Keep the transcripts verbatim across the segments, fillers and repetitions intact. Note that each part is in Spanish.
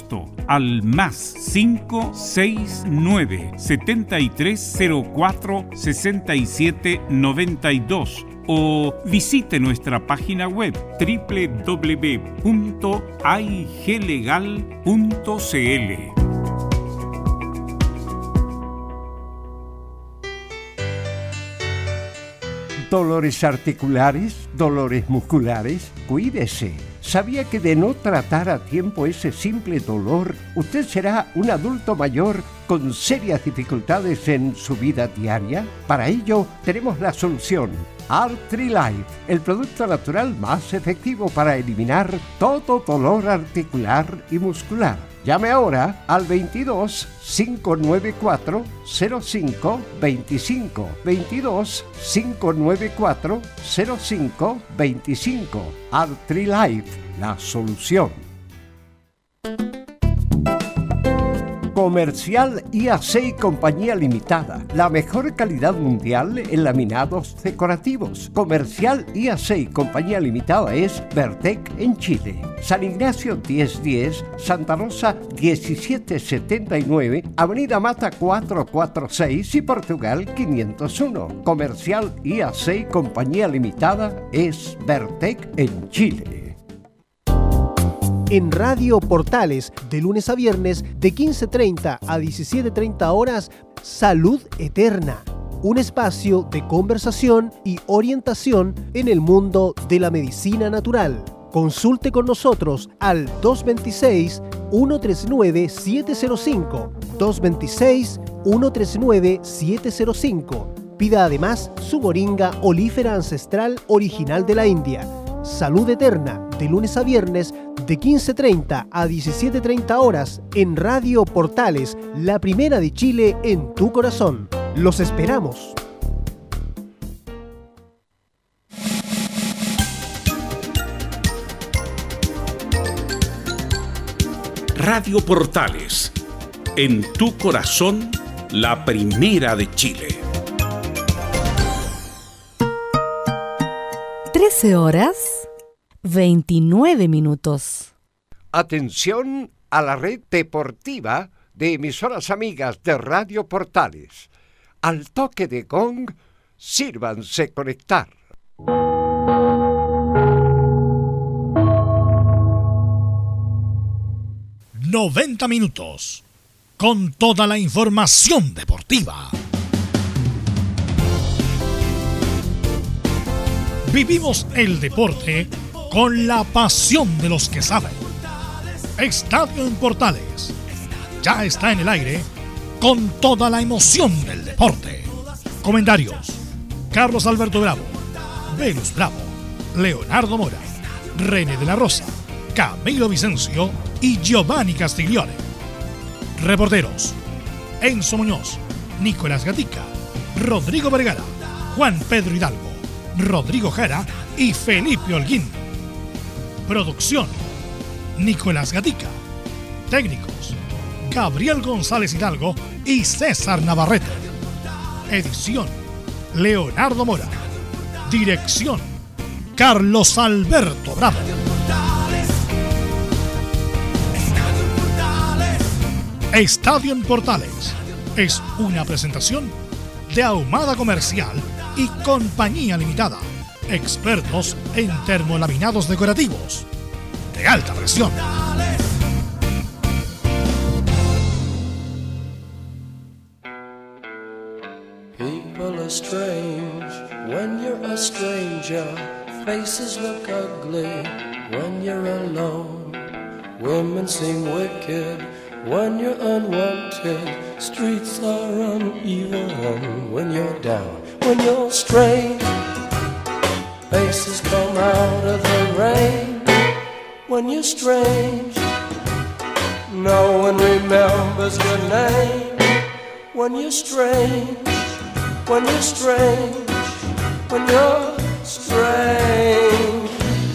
contacto al más cinco seis nueve, siete tres cero cuatro, seis siete nueve dos o visite nuestra página web doble u doble u doble u punto a i g legal punto c l. Dolores articulares, dolores musculares, cuídese. ¿Sabía que de no tratar a tiempo ese simple dolor, usted será un adulto mayor con serias dificultades en su vida diaria? Para ello, tenemos la solución. Artrilife, el producto natural más efectivo para eliminar todo dolor articular y muscular. Llame ahora al veintidós, cinco nueve cuatro, cero cinco, veinticinco, veintidós, cinco nueve cuatro, cero cinco, veinticinco. Artrilife, la solución. Comercial I A C y Compañía Limitada, la mejor calidad mundial en laminados decorativos. Comercial I A C y Compañía Limitada es Vertec en Chile. San Ignacio diez diez, Santa Rosa diecisiete setenta y nueve, Avenida Mata cuatrocientos cuarenta y seis y Portugal quinientos uno. Comercial I A C y Compañía Limitada es Vertec en Chile. En Radio Portales, de lunes a viernes, de quince treinta a diecisiete treinta horas, Salud Eterna. Un espacio de conversación y orientación en el mundo de la medicina natural. Consulte con nosotros al dos dos seis, uno tres nueve, siete cero cinco, dos dos seis, uno tres nueve, siete cero cinco. Pida además su moringa olífera ancestral original de la India. Salud Eterna, de lunes a viernes, de quince treinta a diecisiete treinta horas, en Radio Portales, la primera de Chile en tu corazón. Los esperamos. Radio Portales, en tu corazón, la primera de Chile. trece horas, veintinueve minutos. Atención a la red deportiva de emisoras amigas de Radio Portales. Al toque de gong, sírvanse conectar. noventa minutos con toda la información deportiva. Vivimos el deporte con la pasión de los que saben. Estadio en Portales ya está en el aire con toda la emoción del deporte. Comentarios: Carlos Alberto Bravo, Velus Bravo, Leonardo Mora, René de la Rosa, Camilo Vicencio y Giovanni Castiglione. Reporteros: Enzo Muñoz, Nicolás Gatica, Rodrigo Vergara, Juan Pedro Hidalgo, Rodrigo Jara y Felipe Holguín. Producción: Nicolás Gatica. Técnicos: Gabriel González Hidalgo y César Navarrete. Edición: Leonardo Mora. Dirección: Carlos Alberto Bravo. Estadio en Portales es una presentación de Ahumada Comercial y Compañía Limitada, expertos en termolaminados decorativos de alta presión. People are strange when you're a stranger. Faces look ugly when you're alone. Women seem wicked when you're unwanted. Streets are uneven when you're down. When you're strange, faces come out of the rain. When you're strange, no one remembers your name. When you're strange, when you're strange, when you're strange.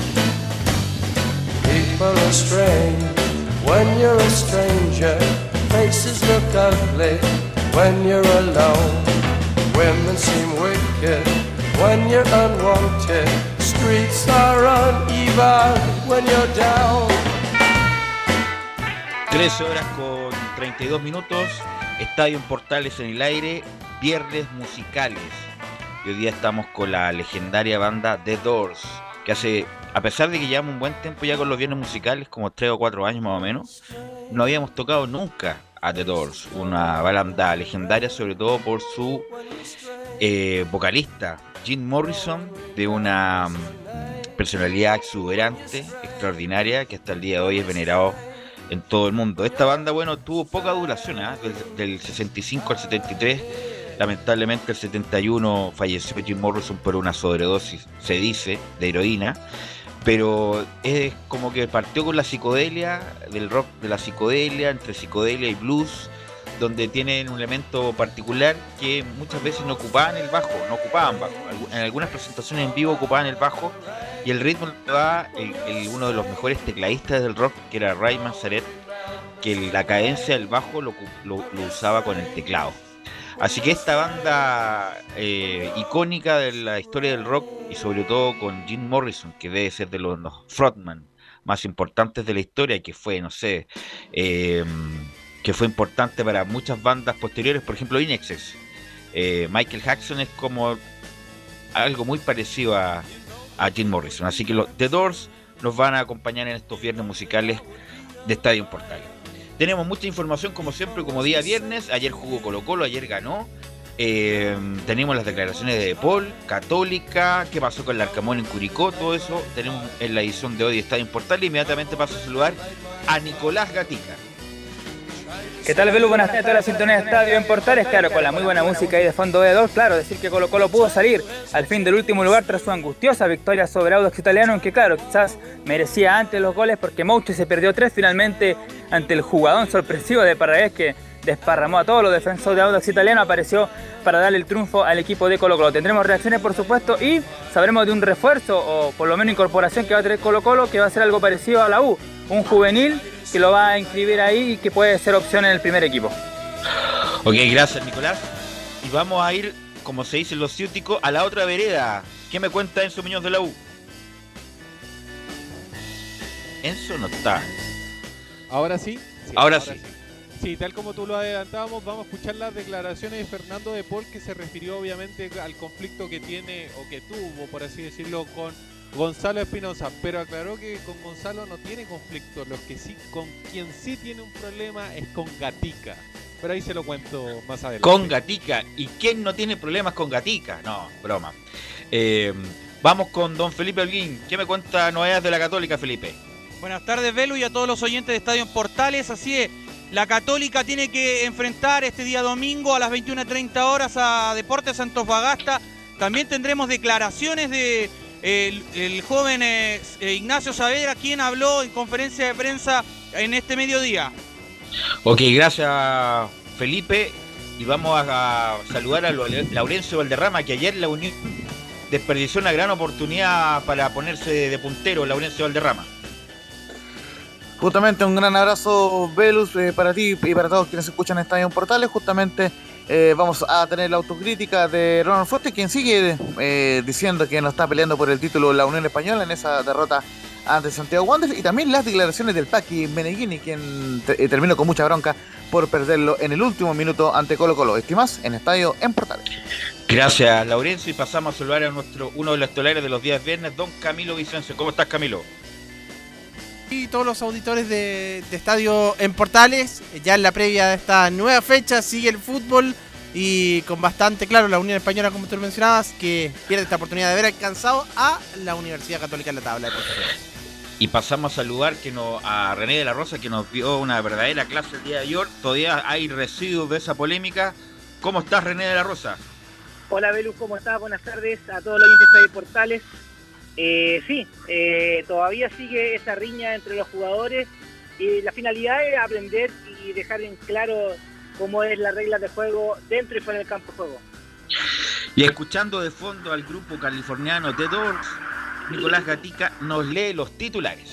People are strange when you're a stranger. Faces look ugly when you're alone. Women seem wicked when you're unwanted. Streets are uneven when you're down. trece horas con treinta y dos minutos, Estadio en Portales en el aire, viernes musicales. Y hoy día estamos con la legendaria banda The Doors, que hace, a pesar de que llevamos un buen tiempo ya con los viernes musicales, como tres o cuatro años más o menos, no habíamos tocado nunca a The Doors, una banda legendaria sobre todo por su eh, vocalista, Jim Morrison, de una personalidad exuberante, extraordinaria, que hasta el día de hoy es venerado en todo el mundo. Esta banda, bueno, tuvo poca duración, ¿eh? del, del sesenta y cinco al setenta y tres. Lamentablemente el setenta y uno falleció Jim Morrison por una sobredosis, se dice, de heroína. Pero es como que partió con la psicodelia, del rock de la psicodelia, entre psicodelia y blues, donde tienen un elemento particular que muchas veces no ocupaban el bajo, no ocupaban bajo. En algunas presentaciones en vivo ocupaban el bajo, y el ritmo lo daba el, el, uno de los mejores tecladistas del rock, que era Ray Manzarek, que la cadencia del bajo lo, lo, lo usaba con el teclado. Así que esta banda eh, icónica de la historia del rock, y sobre todo con Jim Morrison, que debe ser de los, los frontman más importantes de la historia, que fue, no sé, eh, que fue importante para muchas bandas posteriores, por ejemplo I N X S. Eh, Michael Jackson es como algo muy parecido a, a Jim Morrison. Así que los The Doors nos van a acompañar en estos viernes musicales de Estadio en Portales. Tenemos mucha información como siempre, como día viernes. Ayer jugó Colo Colo, ayer ganó. Eh, tenemos las declaraciones de De Paul, Católica, qué pasó con el Arcamón en Curicó, todo eso tenemos en la edición de hoy de Estadio en Portales. Inmediatamente paso a saludar a Nicolás Gatica. ¿Qué tal, Belu? Buenas tardes a toda la sintonía de Estadio en Portales. Claro, con la muy buena música ahí de fondo de dos. Claro, decir que Colo Colo pudo salir al fin del último lugar tras su angustiosa victoria sobre Audax Italiano, aunque claro, quizás merecía antes los goles porque Mouche se perdió tres finalmente ante el jugadón sorpresivo de Parragués, que desparramó a todos los defensores de Audax Italiano. Apareció para darle el triunfo al equipo de Colo Colo. Tendremos reacciones, por supuesto, y sabremos de un refuerzo o por lo menos incorporación que va a tener Colo Colo, que va a ser algo parecido a la U, un juvenil que lo va a inscribir ahí y que puede ser opción en el primer equipo. Ok, gracias, Nicolás. Y vamos a ir, como se dice en los ciúticos, a la otra vereda. ¿Qué me cuenta Enzo Muñoz de la U? Enzo no está. ¿Ahora sí? sí ahora, ahora sí. sí. Sí, tal como tú lo adelantábamos, vamos a escuchar las declaraciones de Fernando De Paul, que se refirió obviamente al conflicto que tiene, o que tuvo, por así decirlo, con Gonzalo Espinosa, pero aclaró que con Gonzalo no tiene conflicto, los que sí, con quien sí tiene un problema es con Gatica, pero ahí se lo cuento más adelante. Con Gatica, ¿y quién no tiene problemas con Gatica? No, broma. Eh, vamos con don Felipe Holguín. ¿Qué me cuenta novedades de la Católica, Felipe? Buenas tardes, Belu, y a todos los oyentes de Estadio en Portales. Así es, la Católica tiene que enfrentar este día domingo a las veintiuna treinta horas a Deportes Antofagasta. También tendremos declaraciones de el, el joven eh, Ignacio Saavedra, quien habló en conferencia de prensa en este mediodía. Ok, gracias, Felipe. Y vamos a, a saludar a Laurencio Valderrama, que ayer la Unión desperdició una gran oportunidad para ponerse de puntero. Laurencio Valderrama. Justamente un gran abrazo, Velus, eh, para ti y para todos quienes escuchan Estadio en Portales. Justamente eh, vamos a tener la autocrítica de Ronald Fuentes, quien sigue eh, diciendo que no está peleando por el título la Unión Española en esa derrota ante Santiago Wanderers, y también las declaraciones del Paqui Meneghini, quien te, eh, terminó con mucha bronca por perderlo en el último minuto ante Colo Colo. Estimas en Estadio en Portales. Gracias, Laurencio, y pasamos a saludar a nuestro uno de los titulares de los días viernes, don Camilo Vicencio. ¿Cómo estás, Camilo? Y todos los auditores de, de Estadio en Portales, ya en la previa de esta nueva fecha sigue el fútbol, y con bastante claro la Unión Española, como tú mencionabas, que pierde esta oportunidad de haber alcanzado a la Universidad Católica en la tabla de posiciones. Y pasamos a saludar que no, a René de la Rosa, que nos dio una verdadera clase el día de ayer. Todavía hay residuos de esa polémica. ¿Cómo estás, René de la Rosa? Hola, Velus, ¿cómo estás? Buenas tardes a todos los oyentes de Portales. Eh, sí, eh, todavía sigue esa riña entre los jugadores, y la finalidad es aprender y dejar en claro cómo es la regla de juego dentro y fuera del campo de juego. Y escuchando de fondo al grupo californiano The Doors, Nicolás Gatica nos lee los titulares.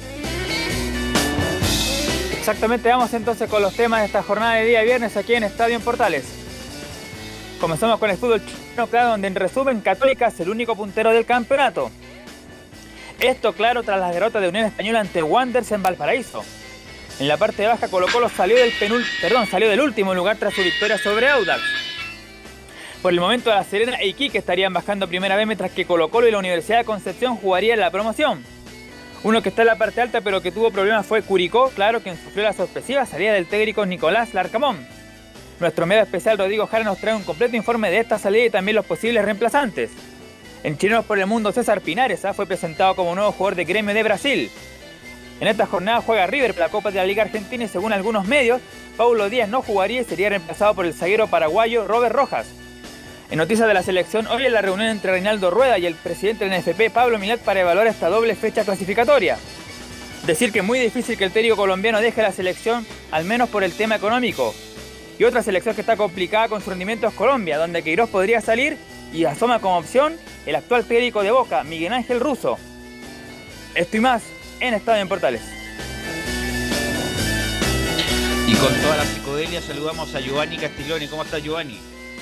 Exactamente, vamos entonces con los temas de esta jornada de día viernes aquí en Estadio en Portales. Comenzamos con el fútbol chino, claro, donde en resumen Católica es el único puntero del campeonato. Esto, claro, tras la derrota de Unión Española ante Wanderers en Valparaíso. En la parte baja, Colo-Colo salió del penul, perdón, salió del último lugar tras su victoria sobre Audax. Por el momento, La Serena e Iquique estarían bajando a primera vez, mientras que Colo-Colo y la Universidad de Concepción jugarían la promoción. Uno que está en la parte alta pero que tuvo problemas fue Curicó, claro, quien sufrió la sorpresiva salida del técnico Nicolás Larcamón. Nuestro medio especial Rodrigo Jara nos trae un completo informe de esta salida y también los posibles reemplazantes. En Chilenos por el Mundo, César Pinares ¿eh? fue presentado como nuevo jugador de Gremio de Brasil. En esta jornada juega River por la Copa de la Liga Argentina y según algunos medios, Paulo Díaz no jugaría y sería reemplazado por el zaguero paraguayo Robert Rojas. En noticias de la selección, hoy en la reunión entre Reinaldo Rueda y el presidente del N F P, Pablo Milat, para evaluar esta doble fecha clasificatoria. Decir que es muy difícil que el técnico colombiano deje la selección, al menos por el tema económico. Y otra selección que está complicada con su rendimiento es Colombia, donde Queiroz podría salir y asoma como opción el actual técnico de Boca, Miguel Ángel Russo. Esto y más en Estadio en Portales. Y con toda la psicodelia saludamos a Giovanni Castiglioni. ¿Cómo estás, Giovanni?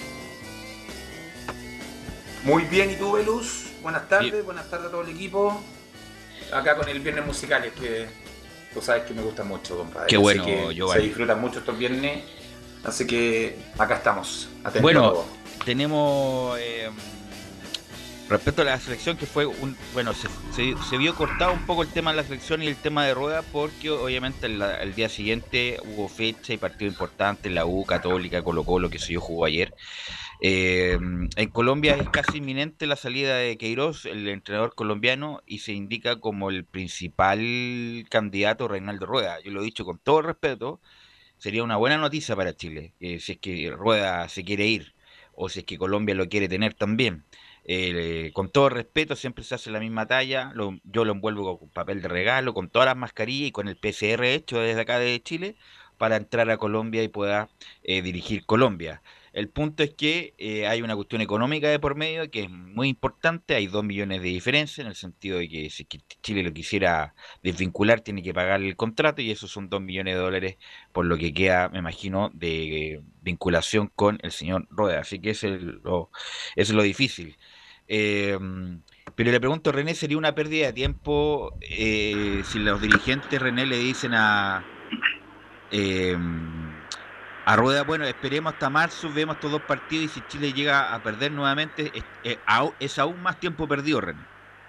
Muy bien, ¿y tú, Velus? Buenas tardes, bien. Buenas tardes a todo el equipo. Acá con el Viernes Musicales, que tú sabes que me gusta mucho, compadre. Qué bueno, así que Giovanni. Se disfrutan mucho estos viernes, así que acá estamos, atentos. Bueno, tenemos... Eh, respecto a la selección, que fue un... Bueno, se, se, se vio cortado un poco el tema de la selección y el tema de Rueda, porque obviamente el, el día siguiente hubo fecha y partido importante, la U, Católica, Colo-Colo, que se yo jugó ayer. Eh, en Colombia es casi inminente la salida de Queiroz, el entrenador colombiano, y se indica como el principal candidato Reinaldo Rueda. Yo lo he dicho con todo respeto, sería una buena noticia para Chile, eh, si es que Rueda se quiere ir, o si es que Colombia lo quiere tener también. Eh, con todo respeto, siempre se hace la misma talla, lo, yo lo envuelvo con papel de regalo, con todas las mascarillas y con el P C R hecho desde acá de Chile, para entrar a Colombia y pueda eh, dirigir Colombia. El punto es que eh, hay una cuestión económica de por medio que es muy importante, hay dos millones de diferencia en el sentido de que si Chile lo quisiera desvincular tiene que pagar el contrato y esos son dos millones de dólares por lo que queda, me imagino, de eh, vinculación con el señor Rueda, así que eso es lo, eso es lo difícil. Eh, pero le pregunto, René, ¿sería una pérdida de tiempo eh, si los dirigentes, René, le dicen a... Eh, a Rueda, bueno, esperemos hasta marzo, vemos estos dos partidos y si Chile llega a perder nuevamente, es, es, es aún más tiempo perdido, René?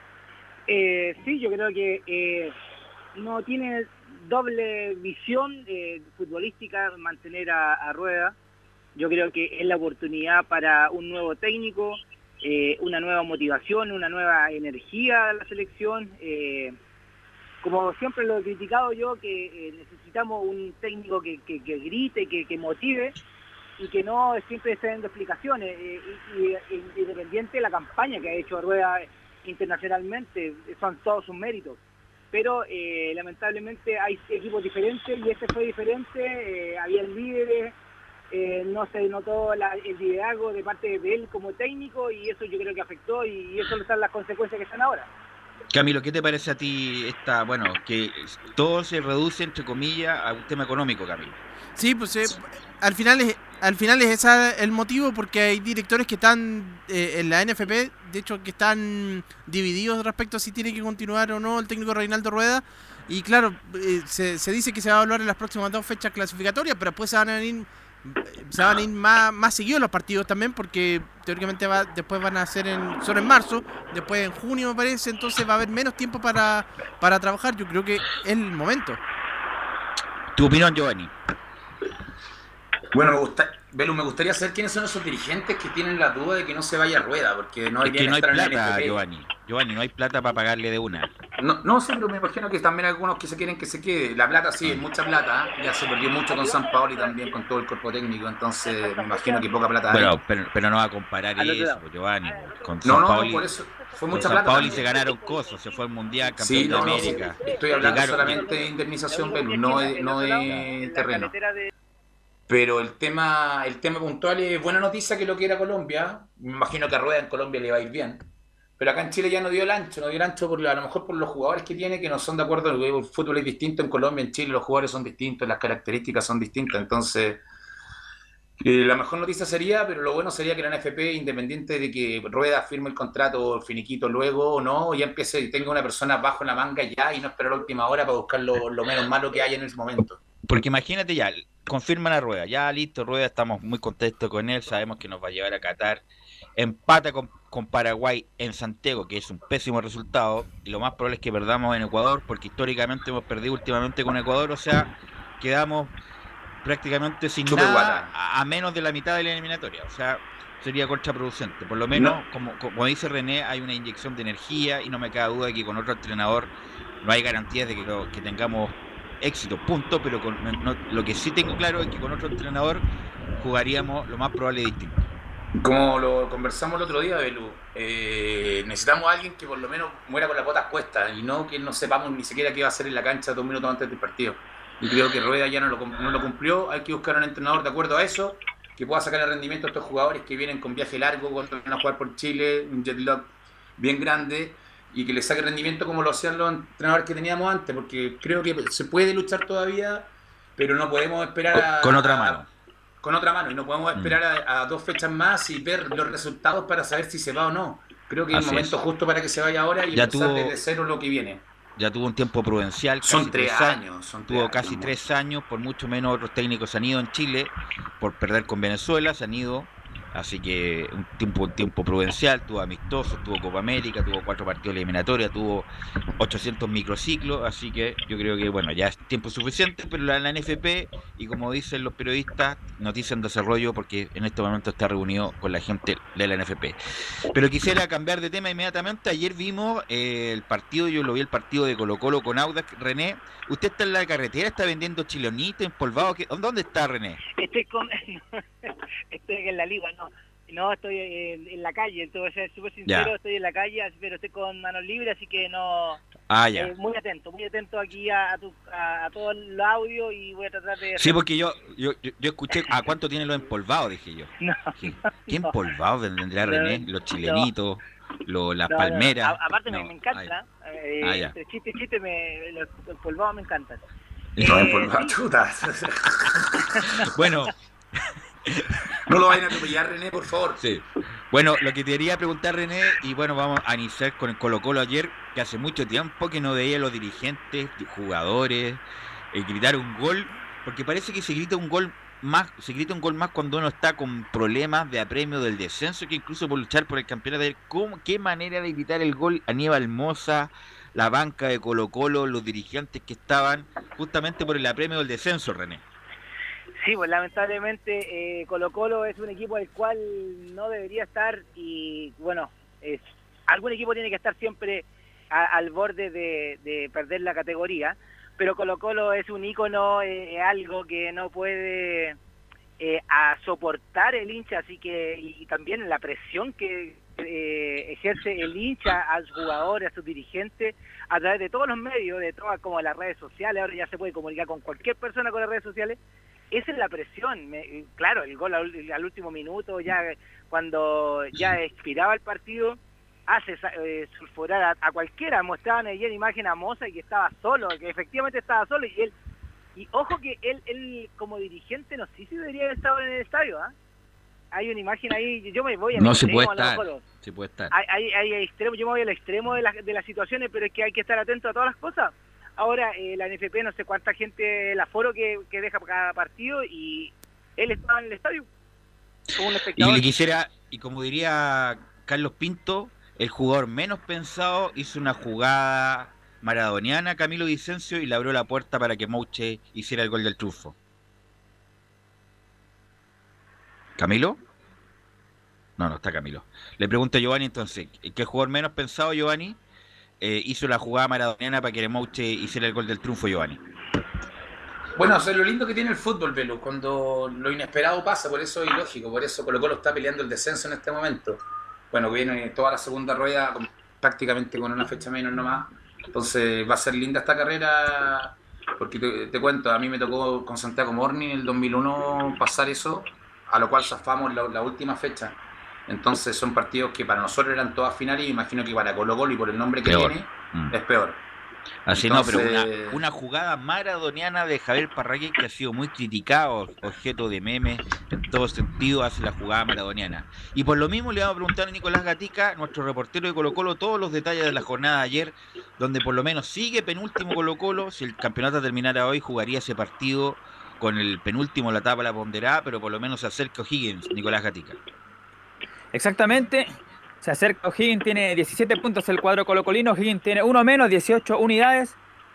Eh, sí, yo creo que eh, no tiene doble visión eh, futbolística mantener a, a Rueda. Yo creo que es la oportunidad para un nuevo técnico, eh, una nueva motivación, una nueva energía a la selección. Eh, como siempre lo he criticado yo, que eh, necesitamos un técnico que, que, que grite, que, que motive y que no siempre esté dando explicaciones. Eh, y, y, independiente de la campaña que ha hecho Rueda internacionalmente, son todos sus méritos. Pero eh, lamentablemente hay equipos diferentes y este fue diferente, eh, había líderes, eh, no se notó la, el liderazgo de parte de él como técnico y eso yo creo que afectó y, y eso son las consecuencias que están ahora. Camilo, ¿qué te parece a ti esta, bueno, que todo se reduce, entre comillas, a un tema económico, Camilo? Sí, pues eh, al final es al final es ese el motivo, porque hay directores que están eh, en la N F P, de hecho que están divididos respecto a si tiene que continuar o no el técnico Reinaldo Rueda, y claro, eh, se, se dice que se va a evaluar en las próximas dos fechas clasificatorias, pero después se van a ir se van a ir más, más seguidos los partidos también, porque teóricamente va, después van a ser en, solo en marzo, después en junio me parece, entonces va a haber menos tiempo para, para trabajar. Yo creo que es el momento. ¿Tu opinión, Giovanni? Bueno, me gusta, Belu, me gustaría saber quiénes son esos dirigentes que tienen la duda de que no se vaya a Rueda, porque no hay, es que no hay plata, N F P. Giovanni. Giovanni, no hay plata para pagarle de una. No, no sé, pero me imagino que también hay algunos que se quieren que se quede. La plata sí, es mucha plata, ¿eh? Ya se perdió mucho con San Paolo y también con todo el cuerpo técnico, entonces me imagino que poca plata bueno, hay. Pero, pero no va a comparar eso, Giovanni. Con no, San no, Paoli, por eso fue mucha con plata. San Paoli se ganaron cosas, se fue al Mundial, campeón sí, no, de América. No, estoy hablando Llegaron, solamente de indemnización, Belu, no de, no de terreno. Pero el tema el tema puntual es buena noticia que lo quiera Colombia. Me imagino que a Rueda en Colombia le va a ir bien. Pero acá en Chile ya no dio el ancho, no dio el ancho por, a lo mejor por los jugadores que tiene, que no son de acuerdo. El fútbol es distinto en Colombia, en Chile los jugadores son distintos, las características son distintas. Entonces, Eh, la mejor noticia sería, pero lo bueno sería que la N F P, independiente de que Rueda firme el contrato finiquito luego o no, ya empiece y tenga una persona bajo la manga ya y no esperar la última hora para buscar lo, lo menos malo que haya en ese momento. Porque imagínate ya, confirman a Rueda, ya listo, Rueda, estamos muy contentos con él, sabemos que nos va a llevar a Qatar, empata con, con Paraguay en Santiago, que es un pésimo resultado, y lo más probable es que perdamos en Ecuador, porque históricamente hemos perdido últimamente con Ecuador, o sea, quedamos prácticamente sin Super nada a, a menos de la mitad de la eliminatoria, o sea, sería contraproducente. Por lo menos, no. como, como dice René, hay una inyección de energía y no me cabe duda de que con otro entrenador no hay garantías de que, lo, que tengamos éxito, punto, pero con, no, lo que sí tengo claro es que con otro entrenador jugaríamos lo más probable distinto. Como lo conversamos el otro día, Belu, eh, necesitamos a alguien que por lo menos muera con las botas puestas y no que no sepamos ni siquiera qué va a hacer en la cancha dos minutos antes del partido. Y creo que Rueda ya no lo, no lo cumplió. Hay que buscar un entrenador de acuerdo a eso, que pueda sacar el rendimiento a estos jugadores que vienen con viaje largo, cuando van a jugar por Chile, un jet lag bien grande, y que le saque rendimiento como lo hacían los entrenadores que teníamos antes, porque creo que se puede luchar todavía, pero no podemos esperar a... Con otra mano. A, con otra mano, y no podemos esperar mm. a, a dos fechas más y ver los resultados para saber si se va o no. Creo que es el momento es. justo para que se vaya ahora y ya empezar tuvo... desde cero lo que viene. Ya tuvo un tiempo prudencial. Son tres años. Son tuvo tres casi años, tres años, por mucho menos otros técnicos se han ido en Chile, por perder con Venezuela, se han ido. Así que un tiempo, un tiempo prudencial, tuvo amistosos, tuvo Copa América, tuvo cuatro partidos eliminatorios, tuvo ochocientos microciclos, así que yo creo que bueno, ya es tiempo suficiente, pero la, la N F P, y como dicen los periodistas, noticia en desarrollo porque en este momento está reunido con la gente de la N F P. Pero quisiera cambiar de tema inmediatamente. Ayer vimos eh, el partido, yo lo vi el partido de Colo Colo con Audax. René, usted está en la carretera, está vendiendo chilonito, empolvado, ¿dónde está, René? Estoy con... estoy en la Ligua, no, no estoy en, en la calle, entonces ser súper sincero, ya. Estoy en la calle, pero estoy con manos libres, así que no, ah, ya. Eh, muy atento, muy atento aquí a, a, tu, a, a todo el audio y voy a tratar de... Sí, porque yo yo, yo, yo escuché, ¿a cuánto tienen los empolvados? Dije yo. No, ¿Qué, no, ¿qué empolvados vendrá no, René? Los chilenitos, no. lo, las no, palmeras. No. A, aparte me, me encanta, ah, eh, ah, entre chiste y chiste, me, los empolvados me encantan. Los eh, empolvados, chutas. Bueno... No lo vayan a atropellar, René, por favor. Sí. Bueno, lo que te quería preguntar, René, y bueno, vamos a iniciar con el Colo Colo ayer, que hace mucho tiempo que no veía a los dirigentes, jugadores, eh, gritar un gol, porque parece que se grita un gol más, se grita un gol más cuando uno está con problemas de apremio del descenso, que incluso por luchar por el campeonato. ¿Cómo, qué manera de gritar el gol? Aníbal Mosa, la banca de Colo Colo, los dirigentes que estaban justamente por el apremio del descenso, René. Sí, pues lamentablemente eh, Colo Colo es un equipo del cual no debería estar y bueno, es, algún equipo tiene que estar siempre a, al borde de, de perder la categoría, pero Colo Colo es un ícono, es eh, algo que no puede eh, a soportar el hincha, así que y también la presión que eh, ejerce el hincha a sus jugadores, a sus dirigentes, a través de todos los medios, de todas como las redes sociales. Ahora ya se puede comunicar con cualquier persona con las redes sociales. Esa es la presión. Me, claro, el gol al, al último minuto, ya cuando ya expiraba el partido, hace eh, sulfurar a, a cualquiera. Mostraban ayer imagen a Mosa y que estaba solo, que efectivamente estaba solo, y él, y ojo que él, él como dirigente no sé si debería haber estado en el estadio, ¿ah? ¿eh? Hay una imagen ahí, yo me voy al no extremo, se puede estar, no, se puede estar. Hay, hay, hay extremo, yo me voy al extremo de, la, de las situaciones, pero es que hay que estar atento a todas las cosas. Ahora, eh, la N F P, no sé cuánta gente, el aforo que, que deja cada partido, y él estaba en el estadio como un espectador. Y le quisiera, y como diría Carlos Pinto, el jugador menos pensado hizo una jugada maradoniana, Camilo Vicencio, y le abrió la puerta para que Mouche hiciera el gol del triunfo. ¿Camilo? No, no está Camilo. Le pregunto a Giovanni entonces, ¿qué jugador menos pensado, Giovanni? Eh, hizo la jugada maradoniana para que Mouche hiciera el gol del triunfo, Giovanni. Bueno, eso es lo lindo que tiene el fútbol, Velo, cuando lo inesperado pasa, por eso es ilógico, por eso Colo Colo está peleando el descenso en este momento. Bueno, viene toda la segunda rueda con, prácticamente con una fecha menos nomás, entonces va a ser linda esta carrera, porque te, te cuento, a mí me tocó con Santiago Morning en el dos mil uno pasar eso, a lo cual zafamos la, la última fecha. Entonces son partidos que para nosotros eran todas finales, y imagino que para Colo Colo y por el nombre que peor. tiene, mm. es peor. Así Entonces... no, pero una, una jugada maradoniana de Javier Parragués que ha sido muy criticado, objeto de memes en todo sentido, hace la jugada maradoniana. Y por lo mismo le vamos a preguntar a Nicolás Gatica, nuestro reportero de Colo Colo, todos los detalles de la jornada de ayer, donde por lo menos sigue penúltimo Colo Colo. Si el campeonato terminara hoy, jugaría ese partido con el penúltimo, la tapa la ponderada, pero por lo menos se acerca O'Higgins, Nicolás Gatica. Exactamente. Se acerca O'Higgins, tiene diecisiete puntos el cuadro colocolino, O'Higgins tiene uno menos, dieciocho unidades.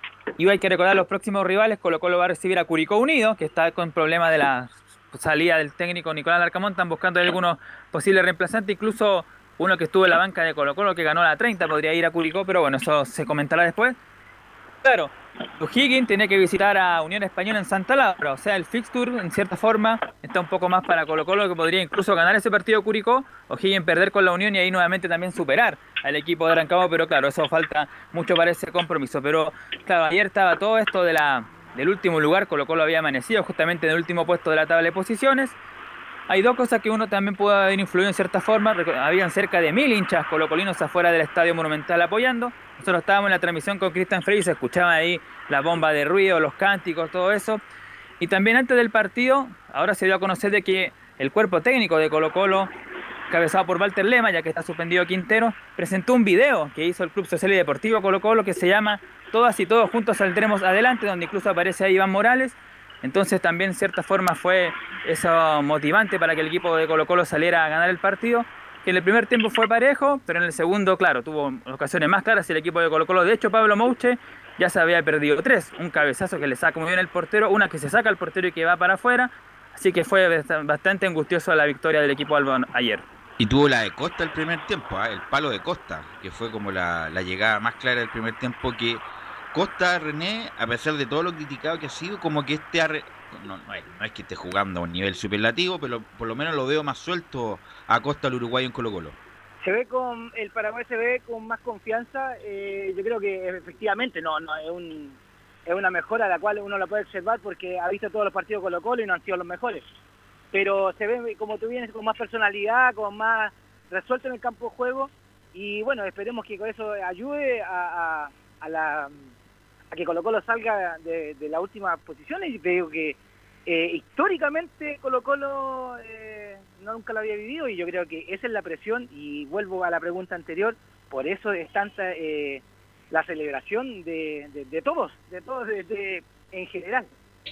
Y hay que recordar los próximos rivales. Colo Colo va a recibir a Curicó Unido, que está con problemas de la salida del técnico Nicolás Larcamón. Están buscando algunos posibles reemplazantes, incluso uno que estuvo en la banca de Colo Colo, que ganó la treinta, podría ir a Curicó, pero bueno, eso se comentará después. Claro, O'Higgins tiene que visitar a Unión Española en Santa Laura, o sea, el fixture en cierta forma está un poco más para Colo Colo, que podría incluso ganar ese partido Curicó, O'Higgins perder con la Unión y ahí nuevamente también superar al equipo de Rancagua, pero claro, eso falta mucho para ese compromiso. Pero claro, ayer estaba todo esto de la, del último lugar, Colo Colo había amanecido justamente en el último puesto de la tabla de posiciones. Hay dos cosas que uno también pudo haber influido en cierta forma. Habían cerca de mil hinchas colocolinos afuera del Estadio Monumental apoyando. Nosotros estábamos en la transmisión con Cristian Frey y se escuchaba ahí la bomba de ruido, los cánticos, todo eso. Y también antes del partido, ahora se dio a conocer de que el cuerpo técnico de Colo Colo, cabezado por Walter Lema, ya que está suspendido Quintero, presentó un video que hizo el Club Social y Deportivo Colo Colo que se llama Todas y Todos Juntos Saldremos Adelante, donde incluso aparece ahí Iván Morales. Entonces también en cierta forma fue eso motivante para que el equipo de Colo Colo saliera a ganar el partido, que en el primer tiempo fue parejo, pero en el segundo, claro, tuvo ocasiones más claras el equipo de Colo Colo. De hecho, Pablo Mouche ya se había perdido tres, un cabezazo que le saca muy bien el portero, una que se saca el portero y que va para afuera, así que fue bastante angustioso la victoria del equipo albano ayer. Y tuvo la de Costa el primer tiempo, ¿eh? El palo de Costa, que fue como la, la llegada más clara del primer tiempo, que Costa, René, a pesar de todo lo criticado que ha sido, como que este arre... no, no, es, no es que esté jugando a un nivel superlativo, pero por lo menos lo veo más suelto a Costa, el uruguayo en Colo Colo. Se ve con el Paraguay se ve con más confianza. Eh, yo creo que efectivamente no, no es un es una mejora a la cual uno la puede observar porque ha visto todos los partidos Colo Colo y no han sido los mejores. Pero se ve, como tú vienes, con más personalidad, con más resuelto en el campo de juego y bueno, esperemos que con eso ayude a, a, a la a que Colo Colo salga de, de las últimas posiciones. Y te digo que eh, históricamente Colo Colo eh, no nunca lo había vivido y yo creo que esa es la presión. Y vuelvo a la pregunta anterior, por eso es tanta eh, la celebración de, de, de todos, de todos de, de, en general.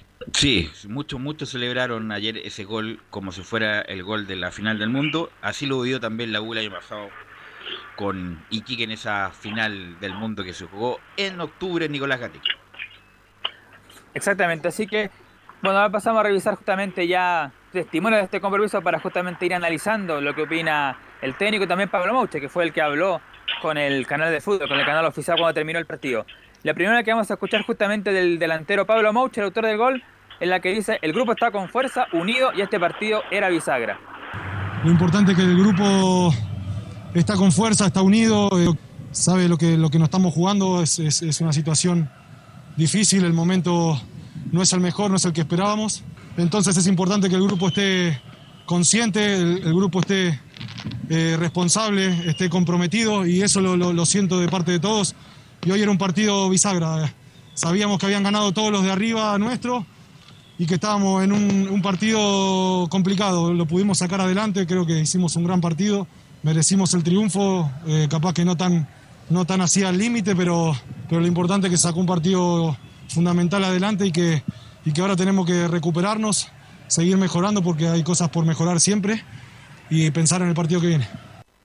Sí, muchos, muchos celebraron ayer ese gol como si fuera el gol de la final del mundo. Así lo vivió también la U el año pasado con Iquique en esa final del mundo que se jugó en octubre en Nicolás Gatica. Exactamente, así que bueno, ahora pasamos a revisar justamente ya testimonios de este compromiso para justamente ir analizando lo que opina el técnico y también Pablo Mouche, que fue el que habló con el canal de fútbol, con el canal oficial cuando terminó el partido. La primera que vamos a escuchar justamente del delantero Pablo Mouche, el autor del gol, en la que dice: el grupo está con fuerza, unido y este partido era bisagra. Lo importante es que el grupo está con fuerza, está unido, eh, sabe lo que, lo que nos estamos jugando, es, es, es una situación difícil, el momento no es el mejor, no es el que esperábamos, entonces es importante que el grupo esté consciente, el, el grupo esté eh, responsable, esté comprometido y eso lo, lo, lo siento de parte de todos. Y hoy era un partido bisagra, sabíamos que habían ganado todos los de arriba nuestro y que estábamos en un, un partido complicado, lo pudimos sacar adelante, creo que hicimos un gran partido. Merecimos el triunfo, eh, capaz que no tan, no tan así al límite, pero, pero lo importante es que sacó un partido fundamental adelante y que, y que ahora tenemos que recuperarnos, seguir mejorando porque hay cosas por mejorar siempre y pensar en el partido que viene.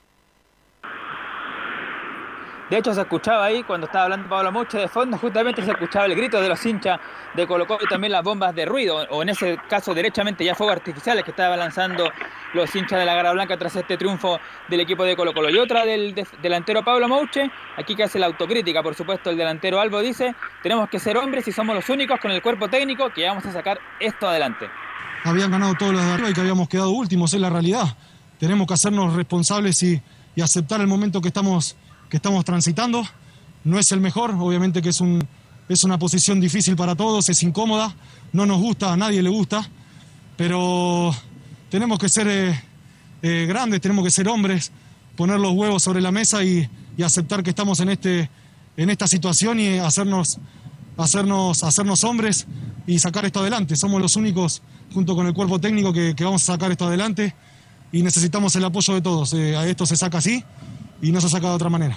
De hecho se escuchaba ahí cuando estaba hablando Pablo Mouche de fondo, justamente se escuchaba el grito de los hinchas de Colo Colo y también las bombas de ruido, o en ese caso derechamente ya fuegos artificiales que estaban lanzando los hinchas de la Garra Blanca tras este triunfo del equipo de Colo Colo. Y otra del de, delantero Pablo Mouche, aquí que hace la autocrítica, por supuesto, el delantero Albo dice: tenemos que ser hombres y somos los únicos con el cuerpo técnico que vamos a sacar esto adelante. Habían ganado todos los de arriba y que habíamos quedado últimos, es la realidad. Tenemos que hacernos responsables y, y aceptar el momento que estamos que estamos transitando. No es el mejor, obviamente que es, un, es una posición difícil para todos, es incómoda, no nos gusta, a nadie le gusta, pero tenemos que ser eh, eh, grandes, tenemos que ser hombres, poner los huevos sobre la mesa y, y aceptar que estamos en este, en esta situación y hacernos, hacernos, hacernos hombres y sacar esto adelante. Somos los únicos, junto con el cuerpo técnico, que, que vamos a sacar esto adelante y necesitamos el apoyo de todos. Eh, a esto se saca así y no se saca de otra manera.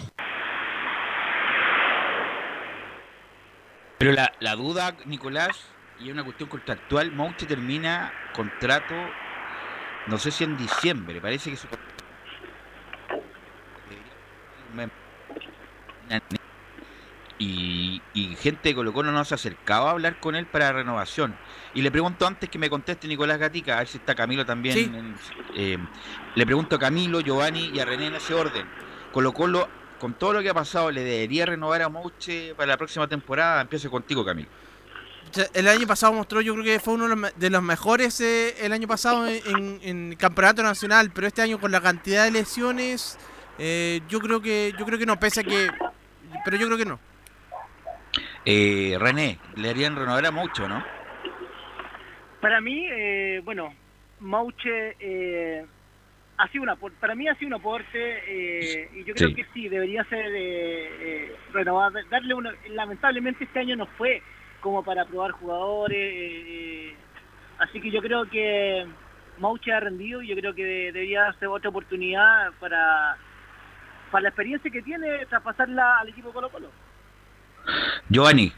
Pero la, la duda, Nicolás, y es una cuestión contractual, Mouche termina contrato, no sé si en diciembre, parece que su y, y gente de Colo Colo no se acercaba a hablar con él para renovación. Y le pregunto antes que me conteste Nicolás Gatica, a ver si está Camilo también. Sí. En, eh, le pregunto a Camilo, Giovanni y a René en ese orden. Colo Colo, con todo lo que ha pasado, ¿le debería renovar a Mouche para la próxima temporada? Empiezo contigo, Camilo. El año pasado mostró, yo creo que fue uno de los mejores eh, el año pasado en, en, en el campeonato nacional, pero este año con la cantidad de lesiones, eh, yo creo que yo creo que no, pese a que, pero yo creo que no. Eh, René, ¿le harían renovar a Mouche, no? Para mí, eh, bueno, Mouche eh, ha sido una, para mí ha sido un aporte eh, y yo creo sí. que sí, debería ser eh, eh, renovar, darle una, lamentablemente este año no fue como para probar jugadores, eh, así que yo creo que Mouche ha rendido y yo creo que de, debería darse otra oportunidad para, para la experiencia que tiene traspasarla al equipo Colo Colo. Giovanni.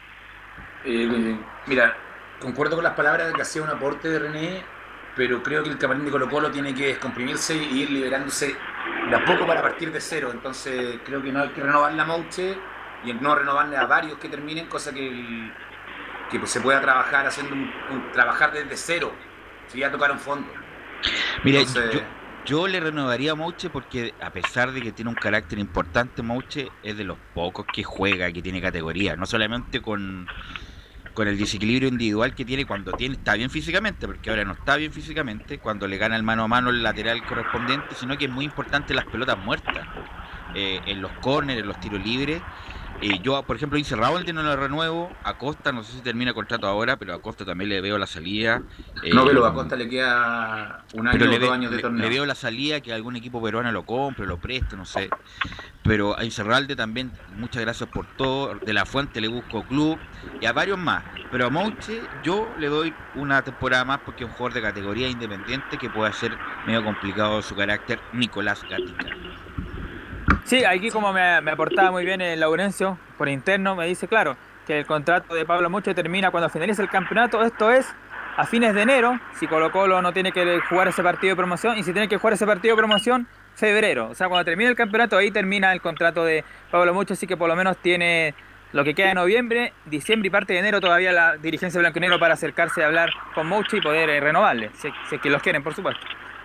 Eh, mira, concuerdo con las palabras de que hacía un aporte de René, pero creo que el camarín de Colo Colo tiene que descomprimirse y ir liberándose de a poco para partir de cero. Entonces creo que no hay que renovarle a Mouche y no renovarle a varios que terminen, cosa que, el, que pues, se pueda trabajar haciendo un, un, trabajar desde cero, si ya tocaron fondo. Mira, Entonces, yo, yo le renovaría a Mouche porque a pesar de que tiene un carácter importante, Mouche es de los pocos que juega, que tiene categoría, no solamente con, con el desequilibrio individual que tiene cuando tiene está bien físicamente, porque ahora no está bien físicamente, cuando le gana el mano a mano el lateral correspondiente, sino que es muy importante las pelotas muertas, eh, en los córneres, en los tiros libres. Eh, yo, por ejemplo, hice Raúl, no lo renuevo. A Costa, no sé si termina contrato ahora, pero a Costa también le veo la salida. Eh, no, pero a Costa le queda un año o dos años de le, torneo. Le veo la salida, que algún equipo peruano lo compre, lo preste, no sé. Pero a Incerralde también, muchas gracias por todo. De la Fuente le busco club y a varios más. Pero a Mouche yo le doy una temporada más porque es un jugador de categoría independiente que puede ser medio complicado su carácter. Nicolás Gatica. Sí, aquí como me, me aportaba muy bien el Laurencio, por interno, me dice, claro, que el contrato de Pablo Mouche termina cuando finalice el campeonato, esto es a fines de enero, si Colo Colo no tiene que jugar ese partido de promoción, y si tiene que jugar ese partido de promoción, febrero. O sea, cuando termine el campeonato, ahí termina el contrato de Pablo Mouche, así que por lo menos tiene lo que queda de noviembre, diciembre y parte de enero todavía la dirigencia blanco-y-negro para acercarse a hablar con Mouche y poder eh, renovarle, si, si es que los quieren, por supuesto.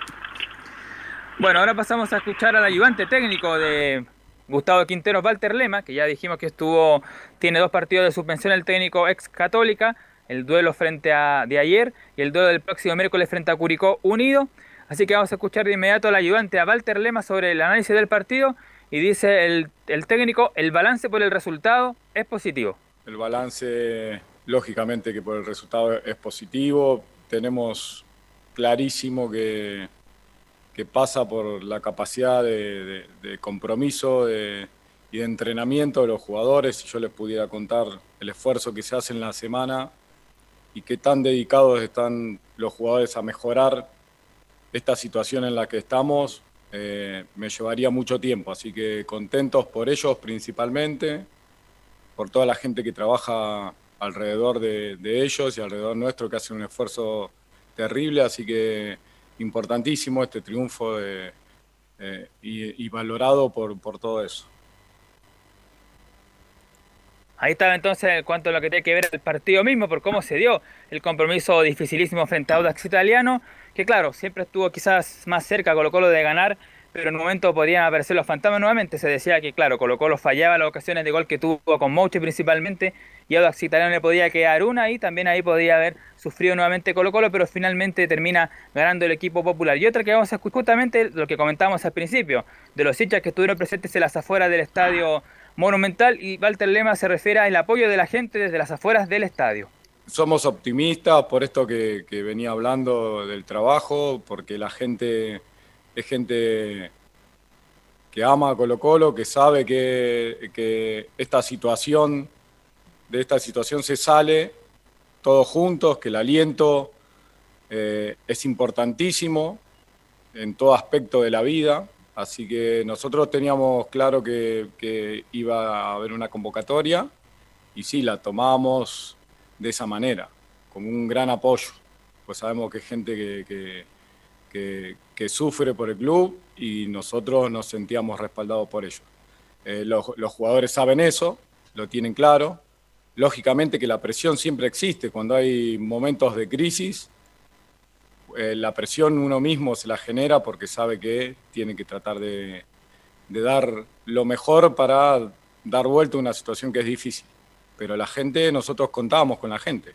Bueno, ahora pasamos a escuchar al ayudante técnico de Gustavo Quintero, Walter Lema, que ya dijimos que estuvo, tiene dos partidos de suspensión el técnico ex Católica, el duelo frente a de ayer y el duelo del próximo miércoles frente a Curicó Unido. Así que vamos a escuchar de inmediato al ayudante a Walter Lema sobre el análisis del partido y dice el, el técnico, el balance por el resultado es positivo. El balance, lógicamente que por el resultado es positivo, tenemos clarísimo que que pasa por la capacidad de, de, de compromiso de, y de entrenamiento de los jugadores. Si yo les pudiera contar el esfuerzo que se hace en la semana y qué tan dedicados están los jugadores a mejorar esta situación en la que estamos, eh, me llevaría mucho tiempo. Así que contentos por ellos principalmente, por toda la gente que trabaja alrededor de, de ellos y alrededor nuestro, que hacen un esfuerzo terrible. Así que importantísimo este triunfo de, eh, y, y valorado por, por todo eso. Ahí estaba entonces en cuanto a lo que tiene que ver el partido mismo, por cómo se dio el compromiso dificilísimo frente a Audax Italiano, que claro, siempre estuvo quizás más cerca Colo Colo de ganar, pero en un momento podían aparecer los fantasmas nuevamente. Se decía que claro, Colo Colo fallaba las ocasiones de gol que tuvo con Mouche principalmente, y Audax Italiano le podía quedar una y también ahí podía haber sufrido nuevamente Colo Colo, pero finalmente termina ganando el equipo popular. Y otra que vamos a escuchar justamente lo que comentábamos al principio, de los hinchas que estuvieron presentes en las afueras del estadio Monumental, y Walter Lema se refiere al apoyo de la gente desde las afueras del estadio. Somos optimistas por esto que, que venía hablando del trabajo, porque la gente es gente que ama a Colo Colo, que sabe que, que esta situación, de esta situación se sale todos juntos, que el aliento eh, es importantísimo en todo aspecto de la vida. Así que nosotros teníamos claro que, que iba a haber una convocatoria y sí, la tomamos de esa manera, como un gran apoyo. Pues sabemos que es gente que, que, que, que sufre por el club y nosotros nos sentíamos respaldados por ello. Eh, los, los jugadores saben eso, lo tienen claro. Lógicamente que la presión siempre existe cuando hay momentos de crisis. Eh, la presión uno mismo se la genera porque sabe que tiene que tratar de, de dar lo mejor para dar vuelta a una situación que es difícil. Pero la gente, nosotros contábamos con la gente.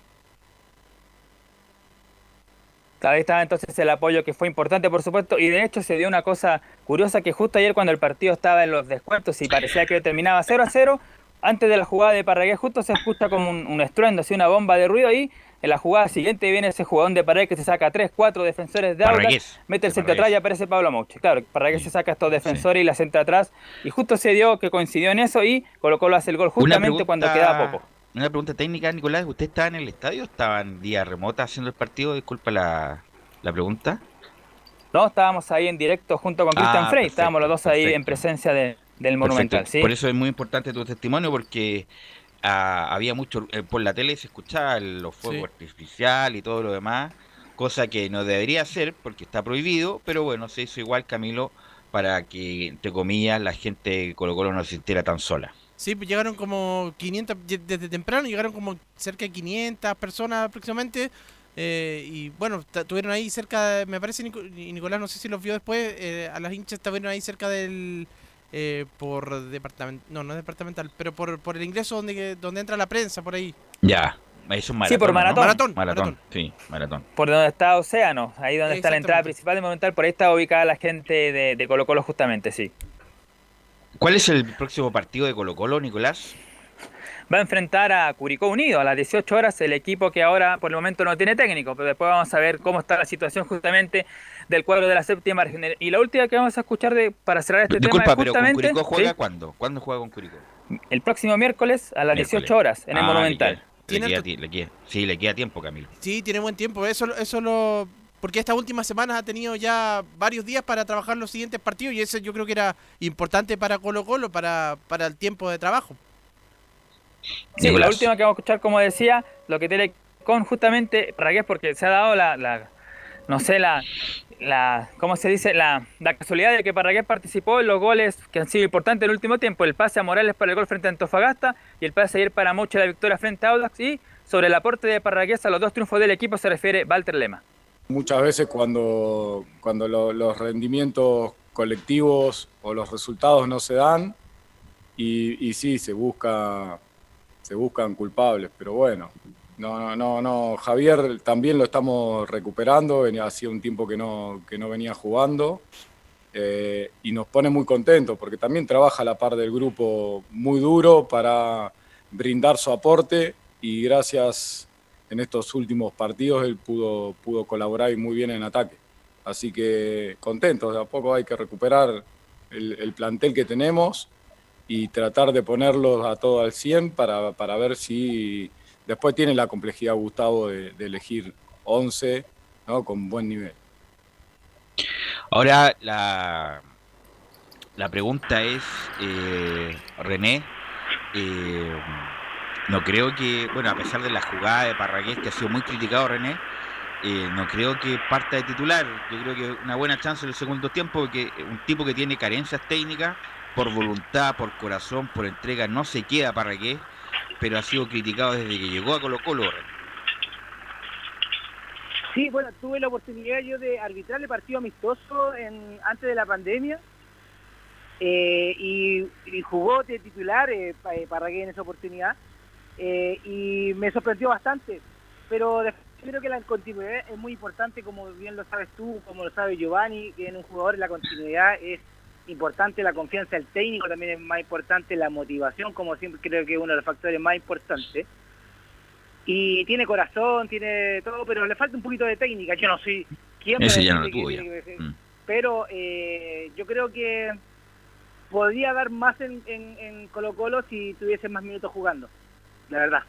Ahí estaba entonces el apoyo, que fue importante, por supuesto, y de hecho se dio una cosa curiosa, que justo ayer cuando el partido estaba en los descuentos y parecía que terminaba cero a cero, antes de la jugada de Parragués justo se escucha como un, un estruendo, así una bomba de ruido ahí. En la jugada siguiente viene ese jugador de Parragués que se saca tres, cuatro defensores de Audax, mete el centro atrás y aparece Pablo Mouche. Claro, Parragués sí. se saca a estos defensores sí. y la centra atrás, y justo se dio que coincidió en eso y Colo Colo hace el gol justamente pregunta, cuando queda poco. Una pregunta técnica, Nicolás, ¿usted estaba en el estadio o estaba en día remota haciendo el partido? Disculpa la, la pregunta. No, estábamos ahí en directo junto con Cristian ah, Frey, perfecto, estábamos los dos ahí perfecto. en presencia de, del Monumental. ¿sí? Por eso es muy importante tu testimonio, porque ah, había mucho, eh, por la tele se escuchaba los fuegos sí. artificiales y todo lo demás, cosa que no debería hacer porque está prohibido, pero bueno, se hizo igual, Camilo, para que, entre comillas, la gente de Colo Colo no se sintiera tan sola. Sí, pues llegaron como quinientas, desde temprano llegaron como cerca de quinientas personas aproximadamente. Eh, y bueno, estuvieron ahí cerca, me parece, y Nicolás, no sé si los vio después, eh, a las hinchas estuvieron ahí cerca del, eh, por departamento, no, no es departamental, pero por, por el ingreso donde, donde entra la prensa, por ahí. Ya, es un maratón. Sí, por maratón. ¿no? Maratón, maratón. maratón. Sí, maratón. Por donde está Océano, ahí donde está la entrada principal de Monumental, por ahí está ubicada la gente de, de Colo Colo justamente, sí. ¿Cuál es el próximo partido de Colo Colo, Nicolás? Va a enfrentar a Curicó Unido a las dieciocho horas, el equipo que ahora por el momento no tiene técnico, pero después vamos a ver cómo está la situación justamente del cuadro de la séptima regional. Y la última que vamos a escuchar de, para cerrar este Disculpa, tema es pero justamente... ¿con Curicó juega ¿sí? cuándo? ¿Cuándo juega con Curicó? El próximo miércoles a las miércoles. dieciocho horas en el ah, Monumental. Le queda, le, queda, le queda, sí, le queda tiempo, Camilo. Sí, tiene buen tiempo, eso, eso lo... Porque estas últimas semanas ha tenido ya varios días para trabajar los siguientes partidos y eso yo creo que era importante para Colo Colo, para, para el tiempo de trabajo. Sí, Nicolás. La última que vamos a escuchar, como decía, lo que tiene con justamente Parragués, porque se ha dado la, la no sé, la, la ¿cómo se dice? La, la casualidad de que Parragués participó en los goles que han sido importantes en el último tiempo, el pase a Morales para el gol frente a Antofagasta y el pase ayer para Mouche la victoria frente a Audax, y sobre el aporte de Parragués a los dos triunfos del equipo se refiere Walter Lema. Muchas veces cuando, cuando lo, los rendimientos colectivos o los resultados no se dan, y, y sí, se busca... se buscan culpables, pero bueno, no, no, no, no, Javier también lo estamos recuperando, venía, hacía un tiempo que no, que no venía jugando, eh, y nos pone muy contentos, porque también trabaja a la par del grupo muy duro para brindar su aporte, y gracias en estos últimos partidos él pudo, pudo colaborar muy bien en ataque. Así que contentos, de a poco hay que recuperar el, el plantel que tenemos, y tratar de ponerlos a todo al cien para, para ver si después tiene la complejidad Gustavo de, de elegir once, ¿no? Con buen nivel. Ahora la, la pregunta es, eh, René, eh, no creo que, bueno, a pesar de la jugada de Parragués que ha sido muy criticado, René, eh, no creo que parta de titular. Yo creo que una buena chance en el segundo tiempo, porque un tipo que tiene carencias técnicas, por voluntad, por corazón, por entrega, no se queda Parragués, pero ha sido criticado desde que llegó a Colo Colo. Sí, bueno, tuve la oportunidad yo de arbitrar el partido amistoso en, antes de la pandemia, eh, y, y jugó de titular eh, Parragués en esa oportunidad, eh, y me sorprendió bastante, pero creo que la continuidad es muy importante, como bien lo sabes tú, como lo sabe Giovanni, que en un jugador la continuidad es importante, la confianza del técnico también es más importante, la motivación, como siempre creo que es uno de los factores más importantes, y tiene corazón, tiene todo, pero le falta un poquito de técnica. Yo no soy quien, ese ya no lo tuvo ya. Mm. Pero eh, yo creo que podría dar más en, en, en Colo Colo si tuviese más minutos jugando, la verdad.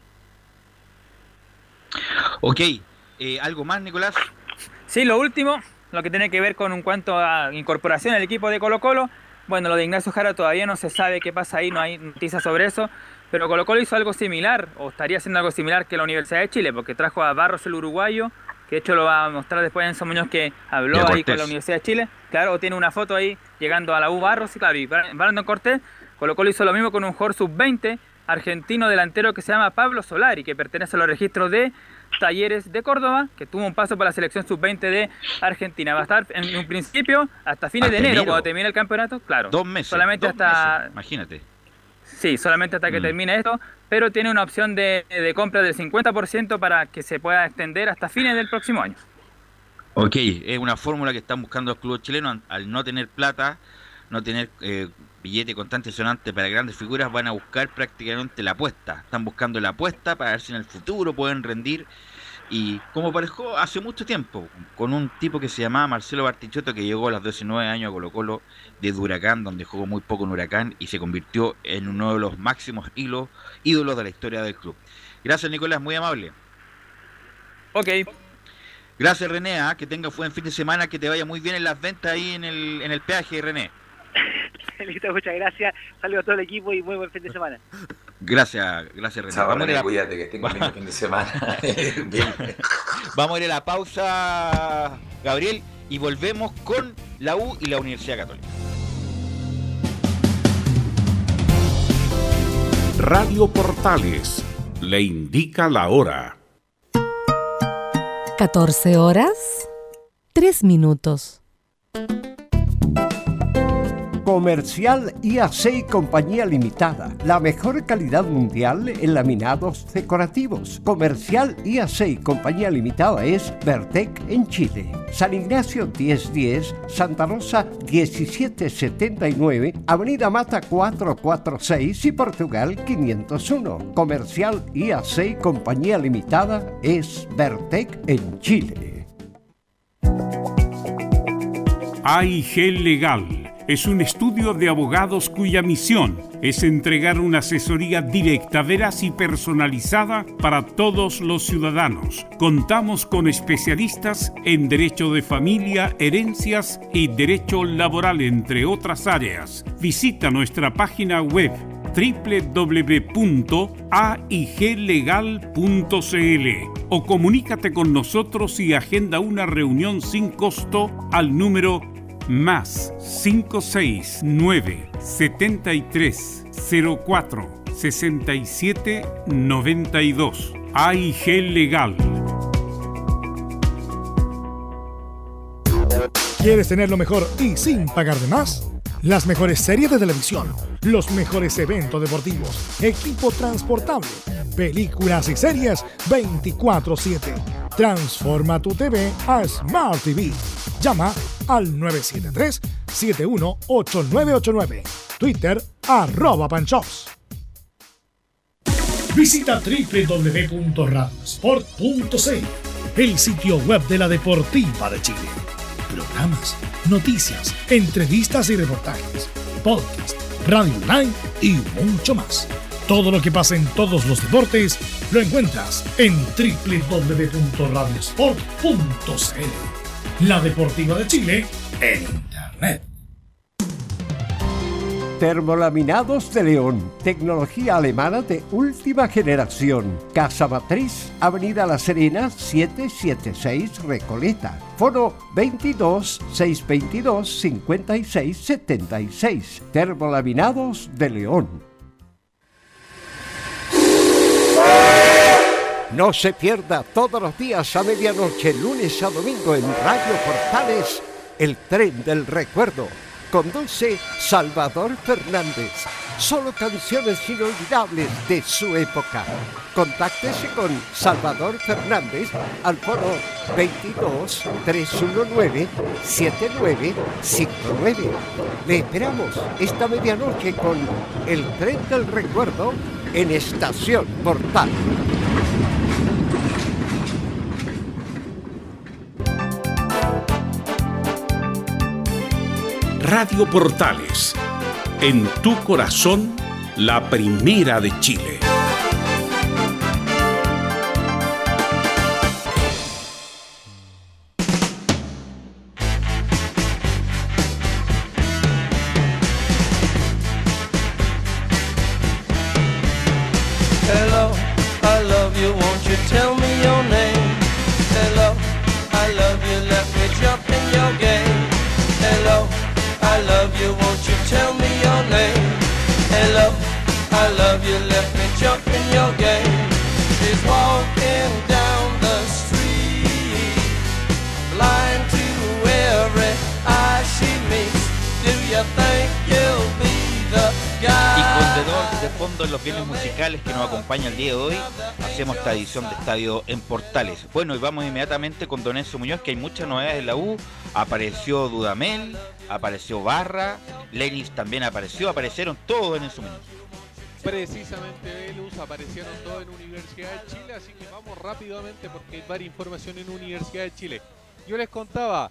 Ok, eh, ¿algo más, Nicolás? Sí, lo último, lo que tiene que ver con en cuanto a incorporación al equipo de Colo Colo. Bueno, lo de Ignacio Jara todavía no se sabe qué pasa ahí, no hay noticias sobre eso, pero Colo Colo hizo algo similar, o estaría haciendo algo similar que la Universidad de Chile, porque trajo a Barros, el uruguayo, que de hecho lo va a mostrar después Enzo Muñoz, que habló ahí con la Universidad de Chile. Claro, tiene una foto ahí llegando a la U Barros, y claro, y Brandon Cortés. Colo Colo hizo lo mismo con un jugador sub veinte argentino delantero que se llama Pablo Solari, que pertenece a los registros de Talleres de Córdoba, que tuvo un paso por la selección sub veinte de Argentina. Va a estar en un principio hasta fines hasta de enero, enero, cuando termine el campeonato, claro. Dos meses. Solamente dos hasta. Meses, imagínate. Sí, solamente hasta que mm. termine esto, pero tiene una opción de, de compra del cincuenta por ciento para que se pueda extender hasta fines del próximo año. Ok, es una fórmula que están buscando los clubes chilenos. Al no tener plata, no tener eh, billete constante sonante para grandes figuras, van a buscar prácticamente la apuesta. Están buscando la apuesta para ver si en el futuro pueden rendir. Y como parejó hace mucho tiempo, con un tipo que se llamaba Marcelo Bartichotto, que llegó a los diecinueve años a Colo Colo desde Huracán, donde jugó muy poco en Huracán y se convirtió en uno de los máximos hilos, ídolos de la historia del club. Gracias, Nicolás, muy amable. Ok. Gracias, René, ¿eh? Que tenga buen fin de semana, que te vaya muy bien en las ventas ahí en el, en el peaje, René. Listo, muchas gracias. Saludos a todo el equipo y muy buen fin de semana. Gracias, gracias, René. Chao, Vamos René, a la... cuídate, que tengo un fin de semana. Vamos a ir a la pausa, Gabriel, y volvemos con la U y la Universidad Católica. Radio Portales le indica la hora. catorce horas, tres minutos. Comercial I A C y Compañía Limitada. La mejor calidad mundial en laminados decorativos. Comercial I A C y Compañía Limitada es Vertec en Chile. San Ignacio diez diez, Santa Rosa diecisiete setenta y nueve, Avenida Mata cuatrocientos cuarenta y seis y Portugal quinientos uno. Comercial I A C y Compañía Limitada es Vertec en Chile. A I G Legal es un estudio de abogados cuya misión es entregar una asesoría directa, veraz y personalizada para todos los ciudadanos. Contamos con especialistas en derecho de familia, herencias y derecho laboral, entre otras áreas. Visita nuestra página web doble u doble u doble u punto a i g legal punto c l o comunícate con nosotros y agenda una reunión sin costo al número más cinco seis nueve, setenta y tres, cero cuatro, sesenta y siete, noventa y dos. A I G Legal. ¿Quieres tener lo mejor y sin pagar de más? Las mejores series de televisión, los mejores eventos deportivos, equipo transportable, películas y series veinticuatro siete. Transforma tu T V a Smart T V. Llama al nueve siete tres, siete uno ocho nueve ocho nueve. Twitter, arroba Panchops. Visita doble u doble u doble u punto radiosport punto c l, el sitio web de la Deportiva de Chile. Programas, noticias, entrevistas y reportajes, podcast, radio online y mucho más. Todo lo que pasa en todos los deportes lo encuentras en doble u doble u doble u punto radiosport punto c l. La Deportiva de Chile en Internet. Termolaminados de León, tecnología alemana de última generación. Casa Matriz, Avenida La Serena, setecientos setenta y seis, Recoleta. Foro veintidós, seiscientos veintidós, cincuenta y seis setenta y seis. Termolaminados de León. No se pierda todos los días a medianoche, lunes a domingo en Radio Portales, El Tren del Recuerdo. Conduce Salvador Fernández. Solo canciones inolvidables de su época. Contáctese con Salvador Fernández al foro veintidós, trescientos diecinueve, setenta y nueve cincuenta y nueve. Le esperamos esta medianoche con El Tren del Recuerdo en Estación Portal. Radio Portales en tu corazón, la primera de Chile. Hello, I love you, won't you tell me your name? Hello, I love you, let me jump in your game. Hello, I love you, won't you tell me your name? Hello, I love you, let me jump in your game. She's walking down the street, blind to every eye she meets. Do you think you'll be the guy? Y con The Doors de fondo en los bienes musicales que nos acompaña el día de hoy, hacemos esta edición de Estadio en Portales. Bueno, y vamos inmediatamente con Don Enzo Muñoz, que hay muchas novedades en la U. Apareció Dudamel, apareció Barra, Lenis también apareció, aparecieron todos en Enzo Muñoz. Precisamente, Velus, aparecieron todos en Universidad de Chile, así que vamos rápidamente porque hay varias información en Universidad de Chile. Yo les contaba,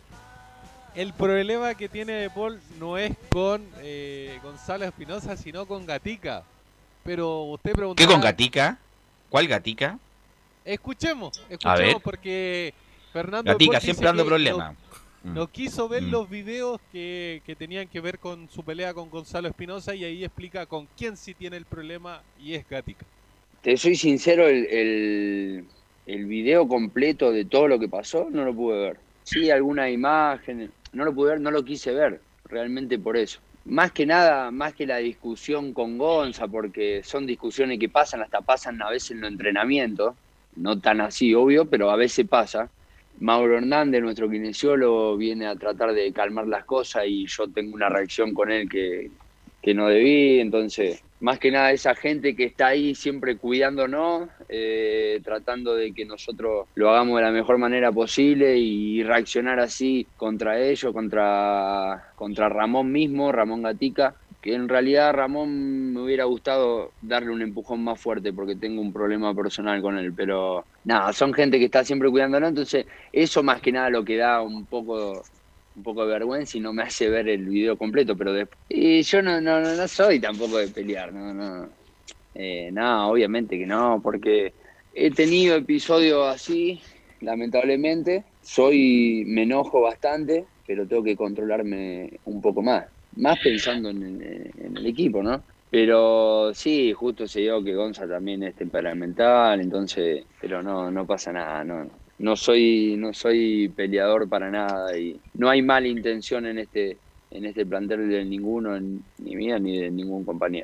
el problema que tiene De Paul no es con eh, Gonzalo Espinosa, sino con Gatica. Pero usted preguntaba... ¿Qué con Gatica? ¿Cuál Gatica? Escuchemos, escuchemos porque Fernando Gatica, De Paul siempre dando problemas. No, no quiso ver Mm. los videos que, que tenían que ver con su pelea con Gonzalo Espinosa y ahí explica con quién sí tiene el problema y es Gatica. Te soy sincero, el, el, el video completo de todo lo que pasó no lo pude ver. Sí, alguna imagen, no lo pude ver, no lo quise ver, realmente por eso. Más que nada, más que la discusión con Gonza, porque son discusiones que pasan, hasta pasan a veces en los entrenamientos, no tan así, obvio, pero a veces pasa. Mauro Hernández, nuestro kinesiólogo, viene a tratar de calmar las cosas y yo tengo una reacción con él que, que no debí, entonces, más que nada esa gente que está ahí siempre cuidándonos, eh, tratando de que nosotros lo hagamos de la mejor manera posible y reaccionar así contra ellos, contra, contra Ramón mismo, Ramón Gatica, que en realidad Ramón me hubiera gustado darle un empujón más fuerte porque tengo un problema personal con él, pero nada, son gente que está siempre cuidándonos, entonces eso más que nada lo que da un poco... un poco de vergüenza y no me hace ver el video completo, pero después... Y yo no, no, no soy tampoco de pelear, no, no. Eh, no, obviamente que no, porque he tenido episodios así, lamentablemente. Soy, me enojo bastante, pero tengo que controlarme un poco más. Más pensando en, en, en el equipo, ¿no? Pero sí, justo se dio que Gonza también es temperamental, entonces... Pero no, no pasa nada, no, no. No soy, no soy peleador para nada y no hay mala intención en este, en este plantel de ninguno, ni mía ni de ningún compañero.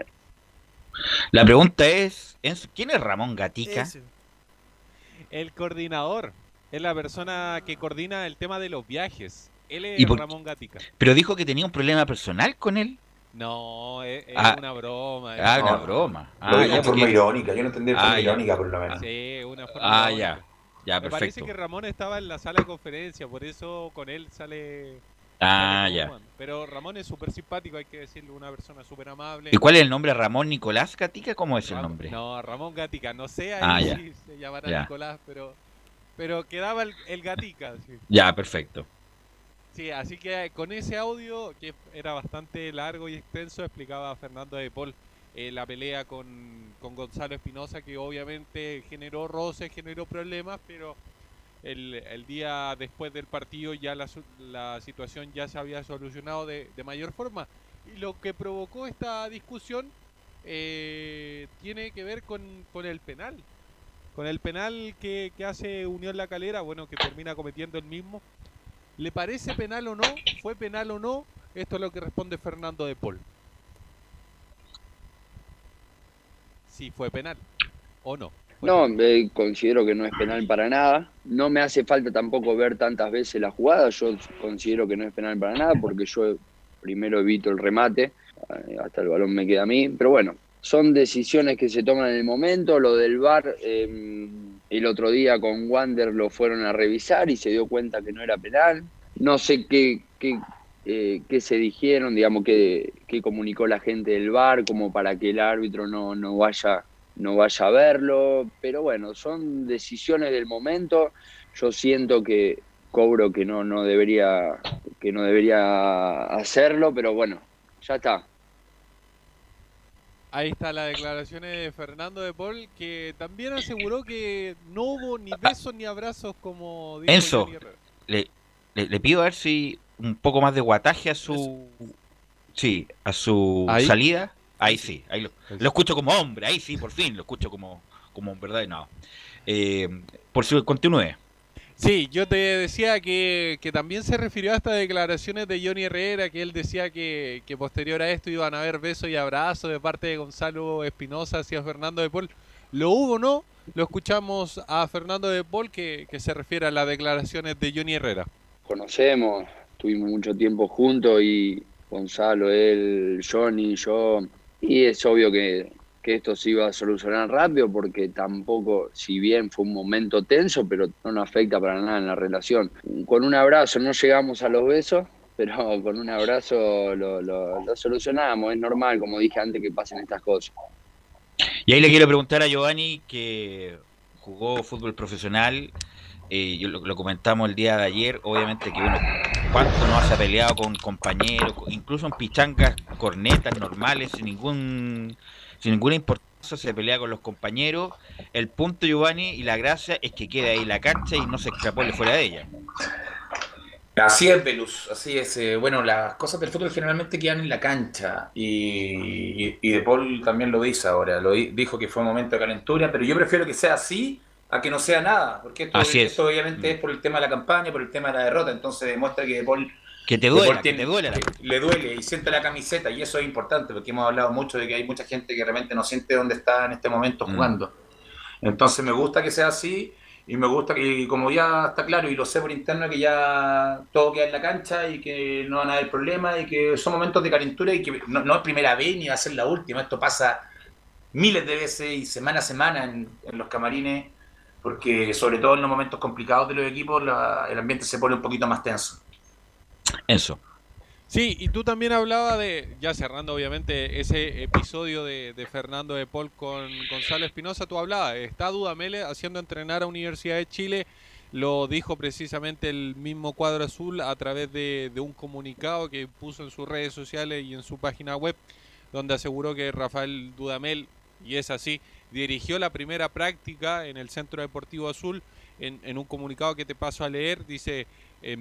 La pregunta es, ¿quién es Ramón Gatica? Ese. El coordinador, es la persona que coordina el tema de los viajes. Él es por... Ramón Gatica. Pero dijo que tenía un problema personal con él. No, es, es ah, una broma. Ah, es una una broma. Ah, lo dijo ah, de forma irónica, yo no entendí de forma ah, irónica por lo menos. Sí, una forma Ah, irónica. ya. Ya, Me perfecto. parece que Ramón estaba en la sala de conferencia, por eso con él sale... Ah, sale ya. Juan. Pero Ramón es súper simpático, hay que decirlo, una persona súper amable. ¿Y cuál es el nombre? ¿Ramón Nicolás Gatica? ¿Cómo es el Ram- nombre? No, Ramón Gatica, no sé ahí Ah, ya. si se llamará Ya. Nicolás, pero pero quedaba el, el Gatica. Sí. Ya, perfecto. Sí, así que con ese audio, que era bastante largo y extenso, explicaba Fernando De Paul eh, la pelea con, con Gonzalo Espinosa, que obviamente generó roces, generó problemas, pero el, el día después del partido ya la, su- la situación ya se había solucionado de, de mayor forma. Y lo que provocó esta discusión eh, tiene que ver con, con el penal. Con el penal que, que hace Unión La Calera, bueno, que termina cometiendo el mismo. ¿Le parece penal o no? ¿Fue penal o no? Esto es lo que responde Fernando De Paul. Sí, fue penal. ¿O no? No, eh, considero que no es penal para nada. No me hace falta tampoco ver tantas veces la jugada. Yo considero que no es penal para nada porque yo primero evito el remate. eh, Hasta el balón me queda a mí. Pero bueno, son decisiones que se toman en el momento. Lo del V A R, eh, el otro día con Wander lo fueron a revisar y se dio cuenta que no era penal. No sé qué, qué, eh, qué se dijeron, digamos, qué, qué comunicó la gente del V A R como para que el árbitro no, no vaya... no vaya a verlo, pero bueno, son decisiones del momento. Yo siento que cobro que no, no debería, que no debería hacerlo, pero bueno, ya está. Ahí está las declaraciones de Fernando de Paul, que también aseguró que no hubo ni besos ni abrazos como dijo Enzo, Johnny Herrera. le, le, le pido a ver si un poco más de guataje a su sí, a su ¿Ahí? salida. Ahí sí, ahí lo, lo escucho como hombre, ahí sí, por fin lo escucho como, como en verdad y no. Eh, por si continúe. Sí, yo te decía que, que también se refirió a estas declaraciones de Johnny Herrera, que él decía que, que posterior a esto iban a haber besos y abrazos de parte de Gonzalo Espinosa hacia Fernando de Paul. ¿Lo hubo o no? Lo escuchamos a Fernando de Paul que, que se refiere a las declaraciones de Johnny Herrera. Conocemos, tuvimos mucho tiempo juntos y Gonzalo, él, Johnny, yo, y es obvio que, que esto se iba a solucionar rápido porque tampoco, si bien fue un momento tenso, pero no nos afecta para nada en la relación. Con un abrazo no llegamos a los besos, pero con un abrazo lo, lo, lo solucionamos, es normal, como dije antes, que pasen estas cosas. Y ahí le quiero preguntar a Giovanni, que jugó fútbol profesional, eh, yo lo, lo comentamos el día de ayer, obviamente que uno, cuánto no se ha peleado con compañeros, incluso en pichangas, cornetas normales, sin ningún sin ninguna importancia se pelea con los compañeros. El punto, Giovanni, y la gracia es que quede ahí la cancha y no se extrapole fuera de ella. Así es, Velus, así es. Eh, bueno, las cosas del fútbol generalmente quedan en la cancha y, y, y De Paul también lo dice ahora, lo di, dijo que fue un momento de calentura, pero yo prefiero que sea así a que no sea nada, porque esto, esto obviamente mm. es por el tema de la campaña, por el tema de la derrota, entonces demuestra que De Paul que te duele, que te duele la... le duele y siente la camiseta, y eso es importante porque hemos hablado mucho de que hay mucha gente que realmente no siente dónde está en este momento jugando. Mm. Entonces me gusta que sea así. Y me gusta que, como ya está claro, y lo sé por interno, que ya todo queda en la cancha y que no van a haber problemas y que son momentos de calentura y que no, no es primera vez ni va a ser la última. Esto pasa miles de veces y semana a semana en, en los camarines, porque sobre todo en los momentos complicados de los equipos la, el ambiente se pone un poquito más tenso. Eso. Sí, y tú también hablabas de, ya cerrando obviamente ese episodio de, de Fernando de Paul con Gonzalo Espinosa, tú hablabas, está Dudamel haciendo entrenar a Universidad de Chile, lo dijo precisamente el mismo Cuadro Azul a través de, de un comunicado que puso en sus redes sociales y en su página web, donde aseguró que Rafael Dudamel, y es así, dirigió la primera práctica en el Centro Deportivo Azul. En, en un comunicado que te paso a leer, dice... Eh,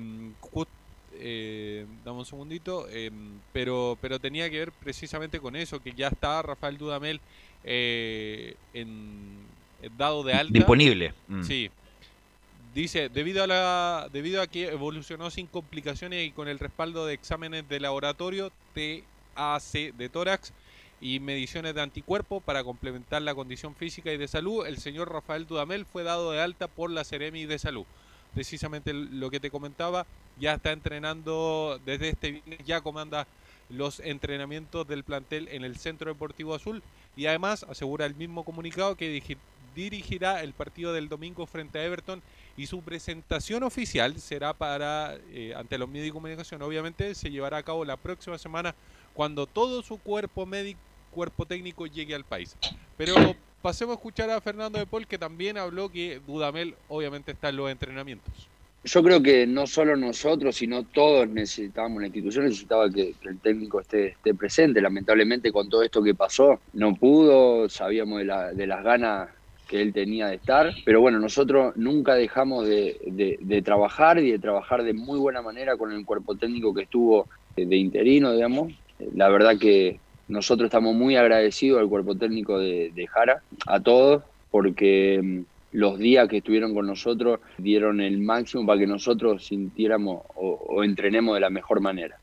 Eh, dame un segundito, eh, pero pero tenía que ver precisamente con eso, que ya está Rafael Dudamel eh, en, en dado de alta. Disponible. Mm. Sí. Dice, debido a la debido a que evolucionó sin complicaciones y con el respaldo de exámenes de laboratorio, T A C de tórax y mediciones de anticuerpos para complementar la condición física y de salud, el señor Rafael Dudamel fue dado de alta por la Seremi de Salud. Precisamente lo que te comentaba, ya está entrenando desde este viernes, ya comanda los entrenamientos del plantel en el Centro Deportivo Azul y además asegura el mismo comunicado que dirigirá el partido del domingo frente a Everton y su presentación oficial será para eh, ante los medios de comunicación. Obviamente se llevará a cabo la próxima semana cuando todo su cuerpo médico, cuerpo técnico llegue al país. Pero pasemos a escuchar a Fernando de Paul, que también habló que Dudamel obviamente está en los entrenamientos. Yo creo que no solo nosotros, sino todos necesitábamos, la institución necesitaba que, que el técnico esté, esté presente. Lamentablemente con todo esto que pasó, no pudo, sabíamos de, la, de las ganas que él tenía de estar, pero bueno, nosotros nunca dejamos de, de, de trabajar y de trabajar de muy buena manera con el cuerpo técnico que estuvo de, de interino, digamos. La verdad que nosotros estamos muy agradecidos al cuerpo técnico de, de Jara, a todos, porque los días que estuvieron con nosotros dieron el máximo para que nosotros sintiéramos o, o entrenemos de la mejor manera.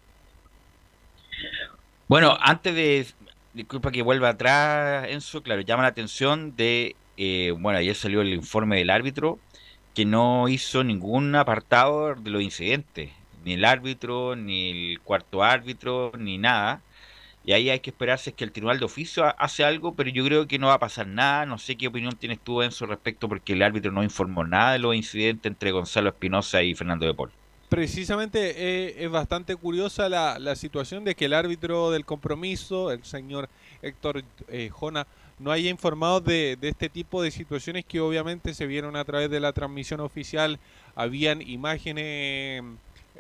Bueno, antes de, disculpa que vuelva atrás, Enzo, claro, llama la atención de, eh, bueno, ayer salió el informe del árbitro, que no hizo ningún apartado de los incidentes, ni el árbitro, ni el cuarto árbitro, ni nada. Y ahí hay que esperar si es que el tribunal de oficio hace algo, pero yo creo que no va a pasar nada. No sé qué opinión tienes tú, Enzo, respecto, porque el árbitro no informó nada de los incidentes entre Gonzalo Espinosa y Fernando de Paul. Precisamente eh, es bastante curiosa la, la situación de que el árbitro del compromiso, el señor Héctor eh, Jona, no haya informado de, de este tipo de situaciones que obviamente se vieron a través de la transmisión oficial. Habían imágenes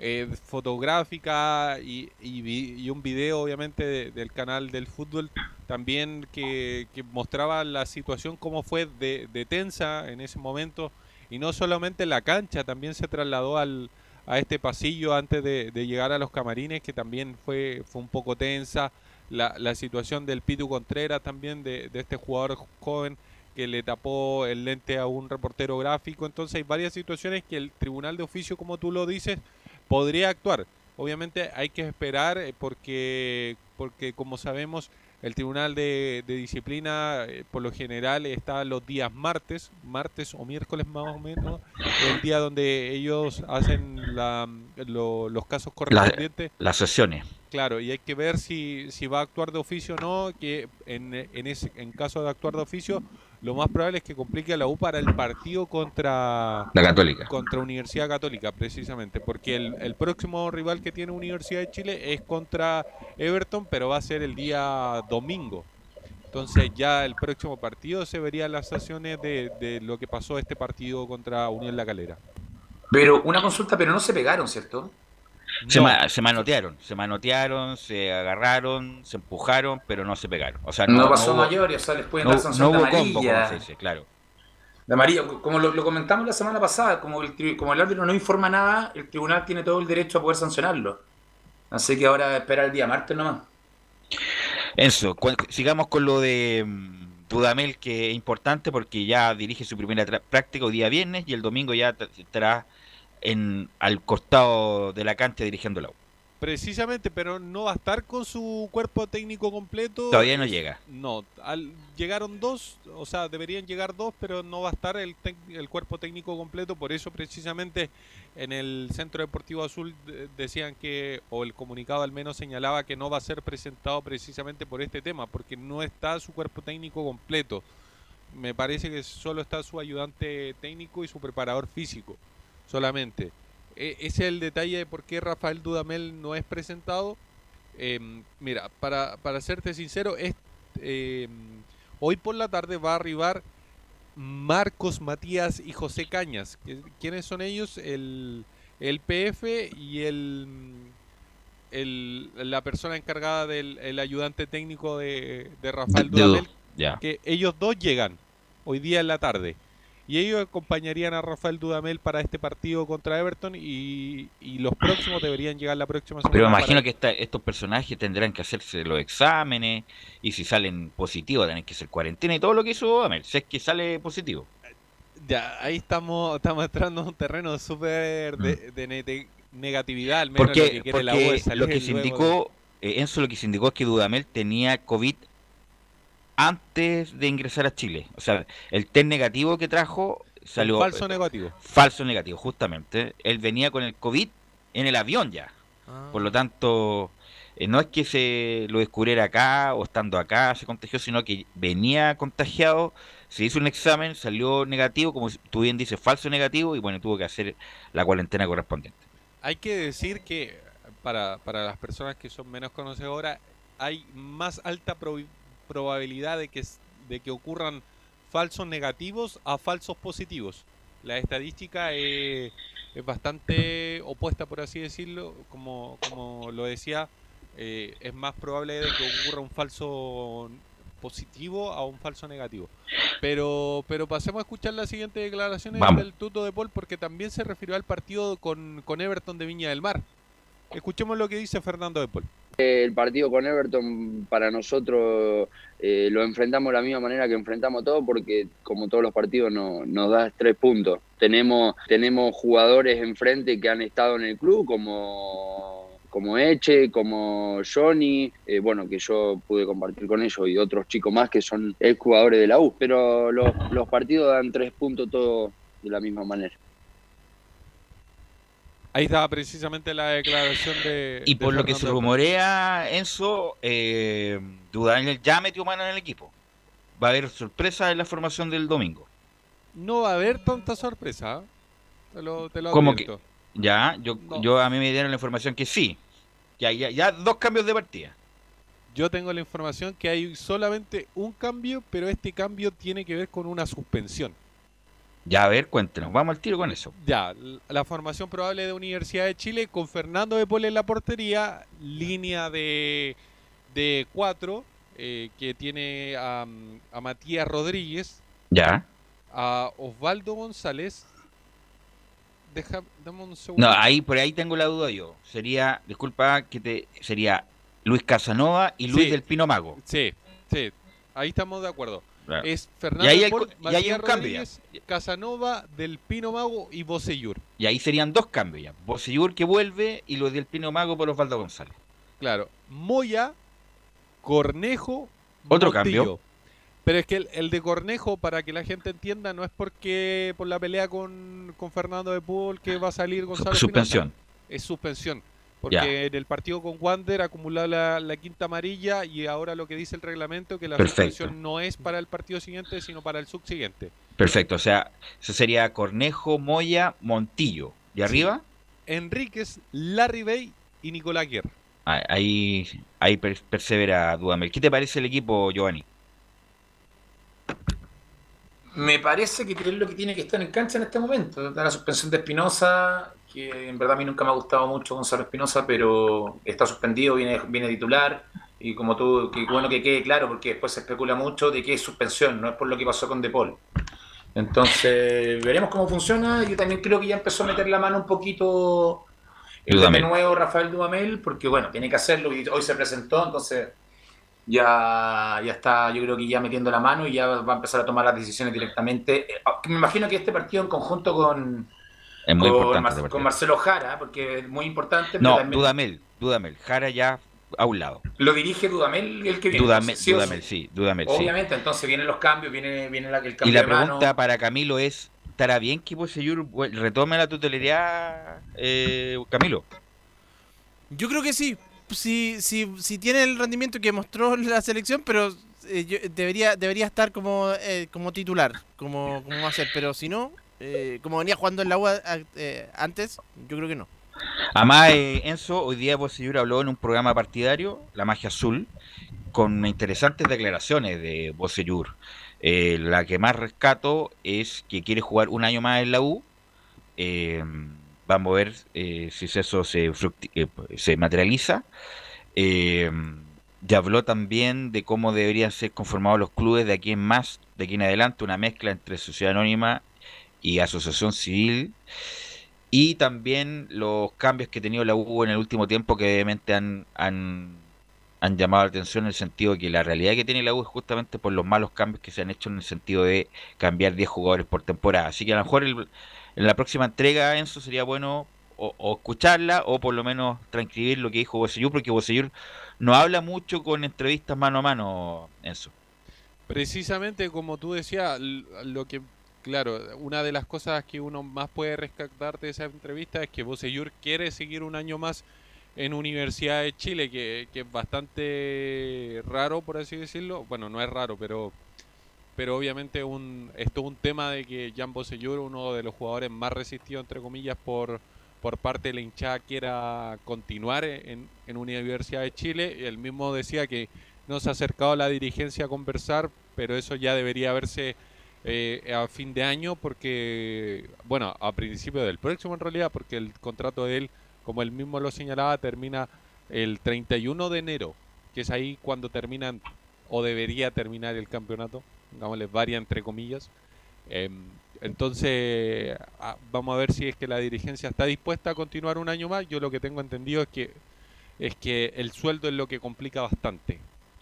eh, fotográfica y, y, y un video obviamente de, del canal del fútbol también que, que mostraba la situación como fue de, de tensa en ese momento, y no solamente la cancha, también se trasladó al, a este pasillo antes de, de llegar a los camarines, que también fue, fue un poco tensa. La, la situación del Pitu Contreras también, de, de este jugador joven que le tapó el lente a un reportero gráfico. Entonces hay varias situaciones que el tribunal de oficio, como tú lo dices, podría actuar. Obviamente hay que esperar porque, porque como sabemos, el tribunal de, de disciplina eh, por lo general está los días martes, martes o miércoles más o menos, el día donde ellos hacen la, lo, los casos correspondientes. La, las sesiones. Claro, y hay que ver si, si va a actuar de oficio o no, que en, en, ese, en caso de actuar de oficio, lo más probable es que complique a la U para el partido contra la Católica, contra Universidad Católica, precisamente, porque el, el próximo rival que tiene Universidad de Chile es contra Everton, pero va a ser el día domingo. Entonces ya el próximo partido se verían las acciones de, de lo que pasó este partido contra Unión La Calera. Pero una consulta, pero no se pegaron, ¿cierto? Se, No. ma- se manotearon, se manotearon, se agarraron, se empujaron, pero no se pegaron. O sea, No, no, pasó hubo- mayor, o sea, les pueden no, dar no sanción de hubo amarilla. combo, como se dice, claro. De amarilla, como lo, lo comentamos la semana pasada, como el, tri- como el árbitro no informa nada, el tribunal tiene todo el derecho a poder sancionarlo. Así que ahora espera el día martes nomás. Enzo, cu- sigamos con lo de mm, Dudamel, que es importante porque ya dirige su primera tra- práctica hoy día viernes y el domingo ya t- estará en, al costado de la cancha dirigiendo la U. Precisamente, pero no va a estar con su cuerpo técnico completo. Todavía no llega. No, al, llegaron dos, o sea, deberían llegar dos, pero no va a estar el, tec- el cuerpo técnico completo. Por eso, precisamente, en el Centro Deportivo Azul de- decían que, o el comunicado al menos señalaba que no va a ser presentado precisamente por este tema, porque no está su cuerpo técnico completo. Me parece que solo está su ayudante técnico y su preparador físico, solamente. E- ese es el detalle de por qué Rafael Dudamel no es presentado. Eh, mira, para, para serte sincero, es, eh, hoy por la tarde va a arribar Marcos Matías y José Cañas. ¿Quiénes son ellos? El, el P F y el, el la persona encargada del el ayudante técnico de, de Rafael De- de Dudamel. Du- ya. Que ellos dos llegan hoy día en la tarde. Y ellos acompañarían a Rafael Dudamel para este partido contra Everton y, y los próximos deberían llegar la próxima semana. Pero me imagino para- que esta- estos personajes tendrán que hacerse los exámenes y si salen positivos tienen que hacer cuarentena y todo lo que hizo Dudamel, si es que sale positivo. Ya, ahí estamos, estamos entrando en un terreno súper de, de nete- negatividad, al menos lo Porque, que quiere la U porque es salir lo que se luego indicó, eh, Enzo, lo que se indicó es que Dudamel tenía COVID antes de ingresar a Chile. O sea, el test negativo que trajo salió... falso negativo. Falso negativo, justamente. Él venía con el COVID en el avión ya. Ah. Por lo tanto, eh, no es que se lo descubriera acá o estando acá se contagió, sino que venía contagiado, se hizo un examen, salió negativo, como tú bien dices, falso negativo, y bueno, tuvo que hacer la cuarentena correspondiente. Hay que decir que para, para las personas que son menos conocedoras, hay más alta probi- probabilidad de que, s- de que ocurran falsos negativos a falsos positivos. La estadística eh, es bastante opuesta, por así decirlo, como, como lo decía, eh, es más probable de que ocurra un falso positivo a un falso negativo. Pero pero pasemos a escuchar las siguientes declaraciones Vamos. del Tuto de Paul, porque también se refirió al partido con, con Everton de Viña del Mar. Escuchemos lo que dice Fernando de Paul. El partido con Everton para nosotros eh, lo enfrentamos de la misma manera que enfrentamos todo, porque como todos los partidos no, nos da tres puntos. Tenemos, tenemos jugadores enfrente que han estado en el club, como, como Eche, como Johnny, eh, bueno, que yo pude compartir con ellos, y otros chicos más que son ex jugadores de la U. Pero los, los partidos dan tres puntos todos de la misma manera. Ahí estaba precisamente la declaración de... Y de por lo que se Fernando de Paul. rumorea, Enzo, eh, Dudamel ya metió mano en el equipo. Va a haber sorpresa en la formación del domingo. No va a haber tanta sorpresa, ¿eh? Te lo, te lo ¿Cómo que? advierto. Ya, yo, No. yo a mí me dieron la información que sí. Ya, ya, ya dos cambios de partida. Yo tengo la información que hay solamente un cambio, pero este cambio tiene que ver con una suspensión. Ya, a ver, cuéntenos, vamos al tiro con eso. Ya, la formación probable de Universidad de Chile con Fernando de Paul en la portería, línea de, de cuatro, eh, que tiene a, a Matías Rodríguez, Ya. a Osvaldo González. Deja, dame un segundo. No, ahí por ahí tengo la duda yo. Sería, disculpa que te sería Luis Casanova y Luis Sí. del Pino Mago. Sí, sí, ahí estamos de acuerdo. Claro. Es Fernando Y ahí de hay Paul, co- y ahí hay Matías un cambio ya. Rodríguez, Casanova, del Pino Mago y Bocellur. Y ahí serían dos cambios ya. Bocellur que vuelve y Luis del Pino Mago por Osvaldo González. Claro, Moya, Cornejo, Otro Montillo. cambio. Pero es que el, el de Cornejo, para que la gente entienda, no es porque por la pelea con, con Fernando de Paul que va a salir Gonzalo Suspensión. Espinosa. Es suspensión. Porque Ya. en el partido con Wander acumuló la, la quinta amarilla y ahora lo que dice el reglamento que la Perfecto. suspensión no es para el partido siguiente, sino para el subsiguiente. Perfecto, o sea, eso sería Cornejo, Moya, Montillo. ¿Y arriba? Enríquez, Larry Bay y Nicolás Guerra. Ah, Ahí, ahí per- persevera Dudamel. ¿Qué te parece el equipo, Giovanni? Me parece que es lo que tiene que estar en cancha en este momento. Da la suspensión de Espinosa, que en verdad a mí nunca me ha gustado mucho Gonzalo Espinosa, pero está suspendido, viene, viene titular. Y como tú, que bueno que quede claro, porque después se especula mucho de que es suspensión, no es por lo que pasó con De Paul. Entonces, veremos cómo funciona. Yo también creo que ya empezó a meter la mano un poquito el de Dudamel. nuevo Rafael Dudamel, porque bueno, tiene que hacerlo y hoy se presentó, entonces ya, ya está, yo creo que ya metiendo la mano y ya va a empezar a tomar las decisiones directamente. Eh, Me imagino que este partido en conjunto con, Es muy con, importante Mar- este partido. con Marcelo Jara, porque es muy importante. pero No, también Dudamel, Dudamel. Jara ya a un lado. lo dirige Dudamel, el que viene. Dudamel, entonces, sí o Dudamel, sí. sí, Dudamel, sí. Obviamente, entonces vienen los cambios, viene, viene la- el cambio Y la de mano. pregunta para Camilo es, ¿estará bien que Bocellur vuel- retome la tutelería, eh, Camilo? Yo creo que sí. Si, si, si tiene el rendimiento que mostró la selección, pero eh, yo- debería debería estar como eh, como titular, como, como va a ser. Pero si no, eh, como venía jugando en la U A eh, antes, yo creo que no. Además, eh, Enzo, hoy día Bocellur habló en un programa partidario, La Magia Azul, con interesantes declaraciones de Bocellur. Eh, la que más rescato es que quiere jugar un año más en la U. Eh, vamos a ver eh, si eso se, fructi- eh, se materializa. Eh, ya habló también de cómo deberían ser conformados los clubes de aquí en más, de aquí en adelante, una mezcla entre sociedad anónima y asociación civil. Y también los cambios que ha tenido la U en el último tiempo que obviamente han, han, han llamado la atención en el sentido de que la realidad que tiene la U es justamente por los malos cambios que se han hecho en el sentido de cambiar diez jugadores por temporada. Así que a lo mejor el- en la próxima entrega, Enzo, sería bueno o, o escucharla o por lo menos transcribir lo que dijo Bocellur, porque Bocellur no habla mucho con entrevistas mano a mano, Enzo. Precisamente como tú decías, l- lo que, claro, una de las cosas que uno más puede rescatar de esa entrevista es que Bocellur quiere seguir un año más en Universidad de Chile, que, que es bastante raro, por así decirlo. Bueno, no es raro, pero pero obviamente un, esto es un tema de que Jan Bocellur, uno de los jugadores más resistidos, entre comillas, por, por parte de la hinchada, quiera continuar en, en Universidad de Chile. Y él mismo decía que no se ha acercado a la dirigencia a conversar, pero eso ya debería verse eh, a fin de año, porque, bueno, a principio del próximo en realidad, porque el contrato de él, como él mismo lo señalaba, termina el treinta y uno de enero, que es ahí cuando terminan, o debería terminar el campeonato, digámosle, varia entre comillas. Eh, entonces, a, vamos a ver si es que la dirigencia está dispuesta a continuar un año más. Yo lo que tengo entendido es que es que el sueldo es lo que complica bastante.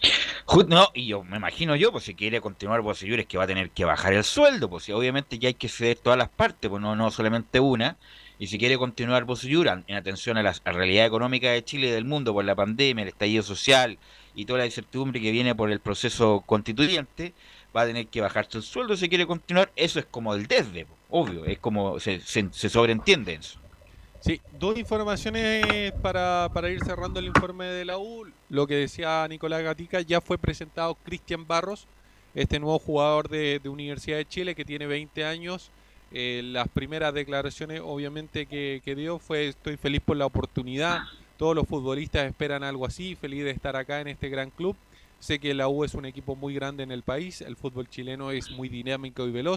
Ju- No, y yo me imagino yo, pues si quiere continuar Bocellur es que va a tener que bajar el sueldo, pues si obviamente ya hay que ceder todas las partes, pues no, no solamente una, y si quiere continuar Bocellur an- en atención a la, a la realidad económica de Chile y del mundo por la pandemia, el estallido social y toda la incertidumbre que viene por el proceso constituyente, va a tener que bajarse el sueldo si quiere continuar. Eso es como el desde, pues, obvio, es como se, se, se sobreentiende eso. Sí, dos informaciones para, para ir cerrando el informe de la U. Lo que decía Nicolás Gatica, ya fue presentado Cristian Barros, este nuevo jugador de, de Universidad de Chile que tiene veinte años. Eh, las primeras declaraciones obviamente que, que dio fue: estoy feliz por la oportunidad, todos los futbolistas esperan algo así, feliz de estar acá en este gran club. Sé que la U es un equipo muy grande en el país, el fútbol chileno es muy dinámico y veloz,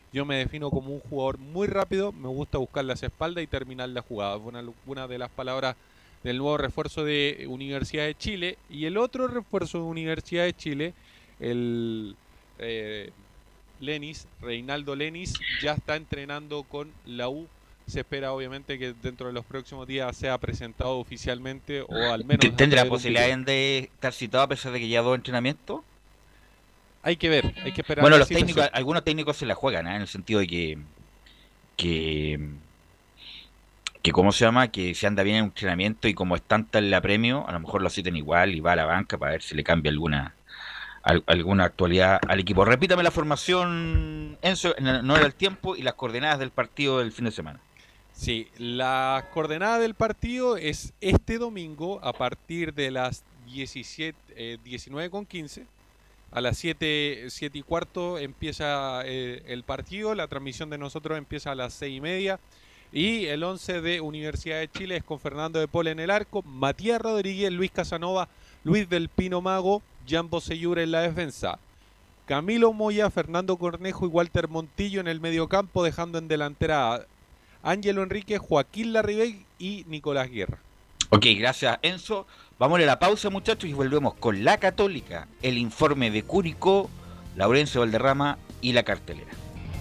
Yo me defino como un jugador muy rápido, me gusta buscar las espaldas y terminar la jugada. Fue una, una de las palabras del nuevo refuerzo de Universidad de Chile. Y el otro refuerzo de Universidad de Chile, el eh, Lenis, Reinaldo Lenis, ya está entrenando con la U. Se espera obviamente que dentro de los próximos días sea presentado oficialmente o al menos... ¿Tendrá la posibilidad de estar citado a pesar de que ya dos entrenamientos? Hay que ver, hay que esperar. Bueno, los técnicos, algunos técnicos se la juegan, ¿eh? En el sentido de que, que, que ¿cómo se llama? Que se anda bien en un entrenamiento y como es tanta la premio, a lo mejor lo citen igual y va a la banca para ver si le cambia alguna al, alguna actualidad al equipo. Repítame la formación, Enzo, no era el tiempo y las coordenadas del partido del fin de semana. Sí, la coordenada del partido es este domingo a partir de las diecisiete, eh, diecinueve con quince. A las siete, siete y cuarto empieza eh, el partido, la transmisión de nosotros empieza a las seis y media y el once de Universidad de Chile es con Fernando de Paul en el arco, Matías Rodríguez, Luis Casanova, Luis del Pino Mago, Jan Bosellura en la defensa, Camilo Moya, Fernando Cornejo y Walter Montillo en el mediocampo, dejando en delantera a Ángelo Enrique, Joaquín Larribey y Nicolás Guerra. Ok, gracias Enzo. Vamos a la pausa, muchachos, y volvemos con la Católica, el informe de Curicó, Laurencio Valderrama y la cartelera.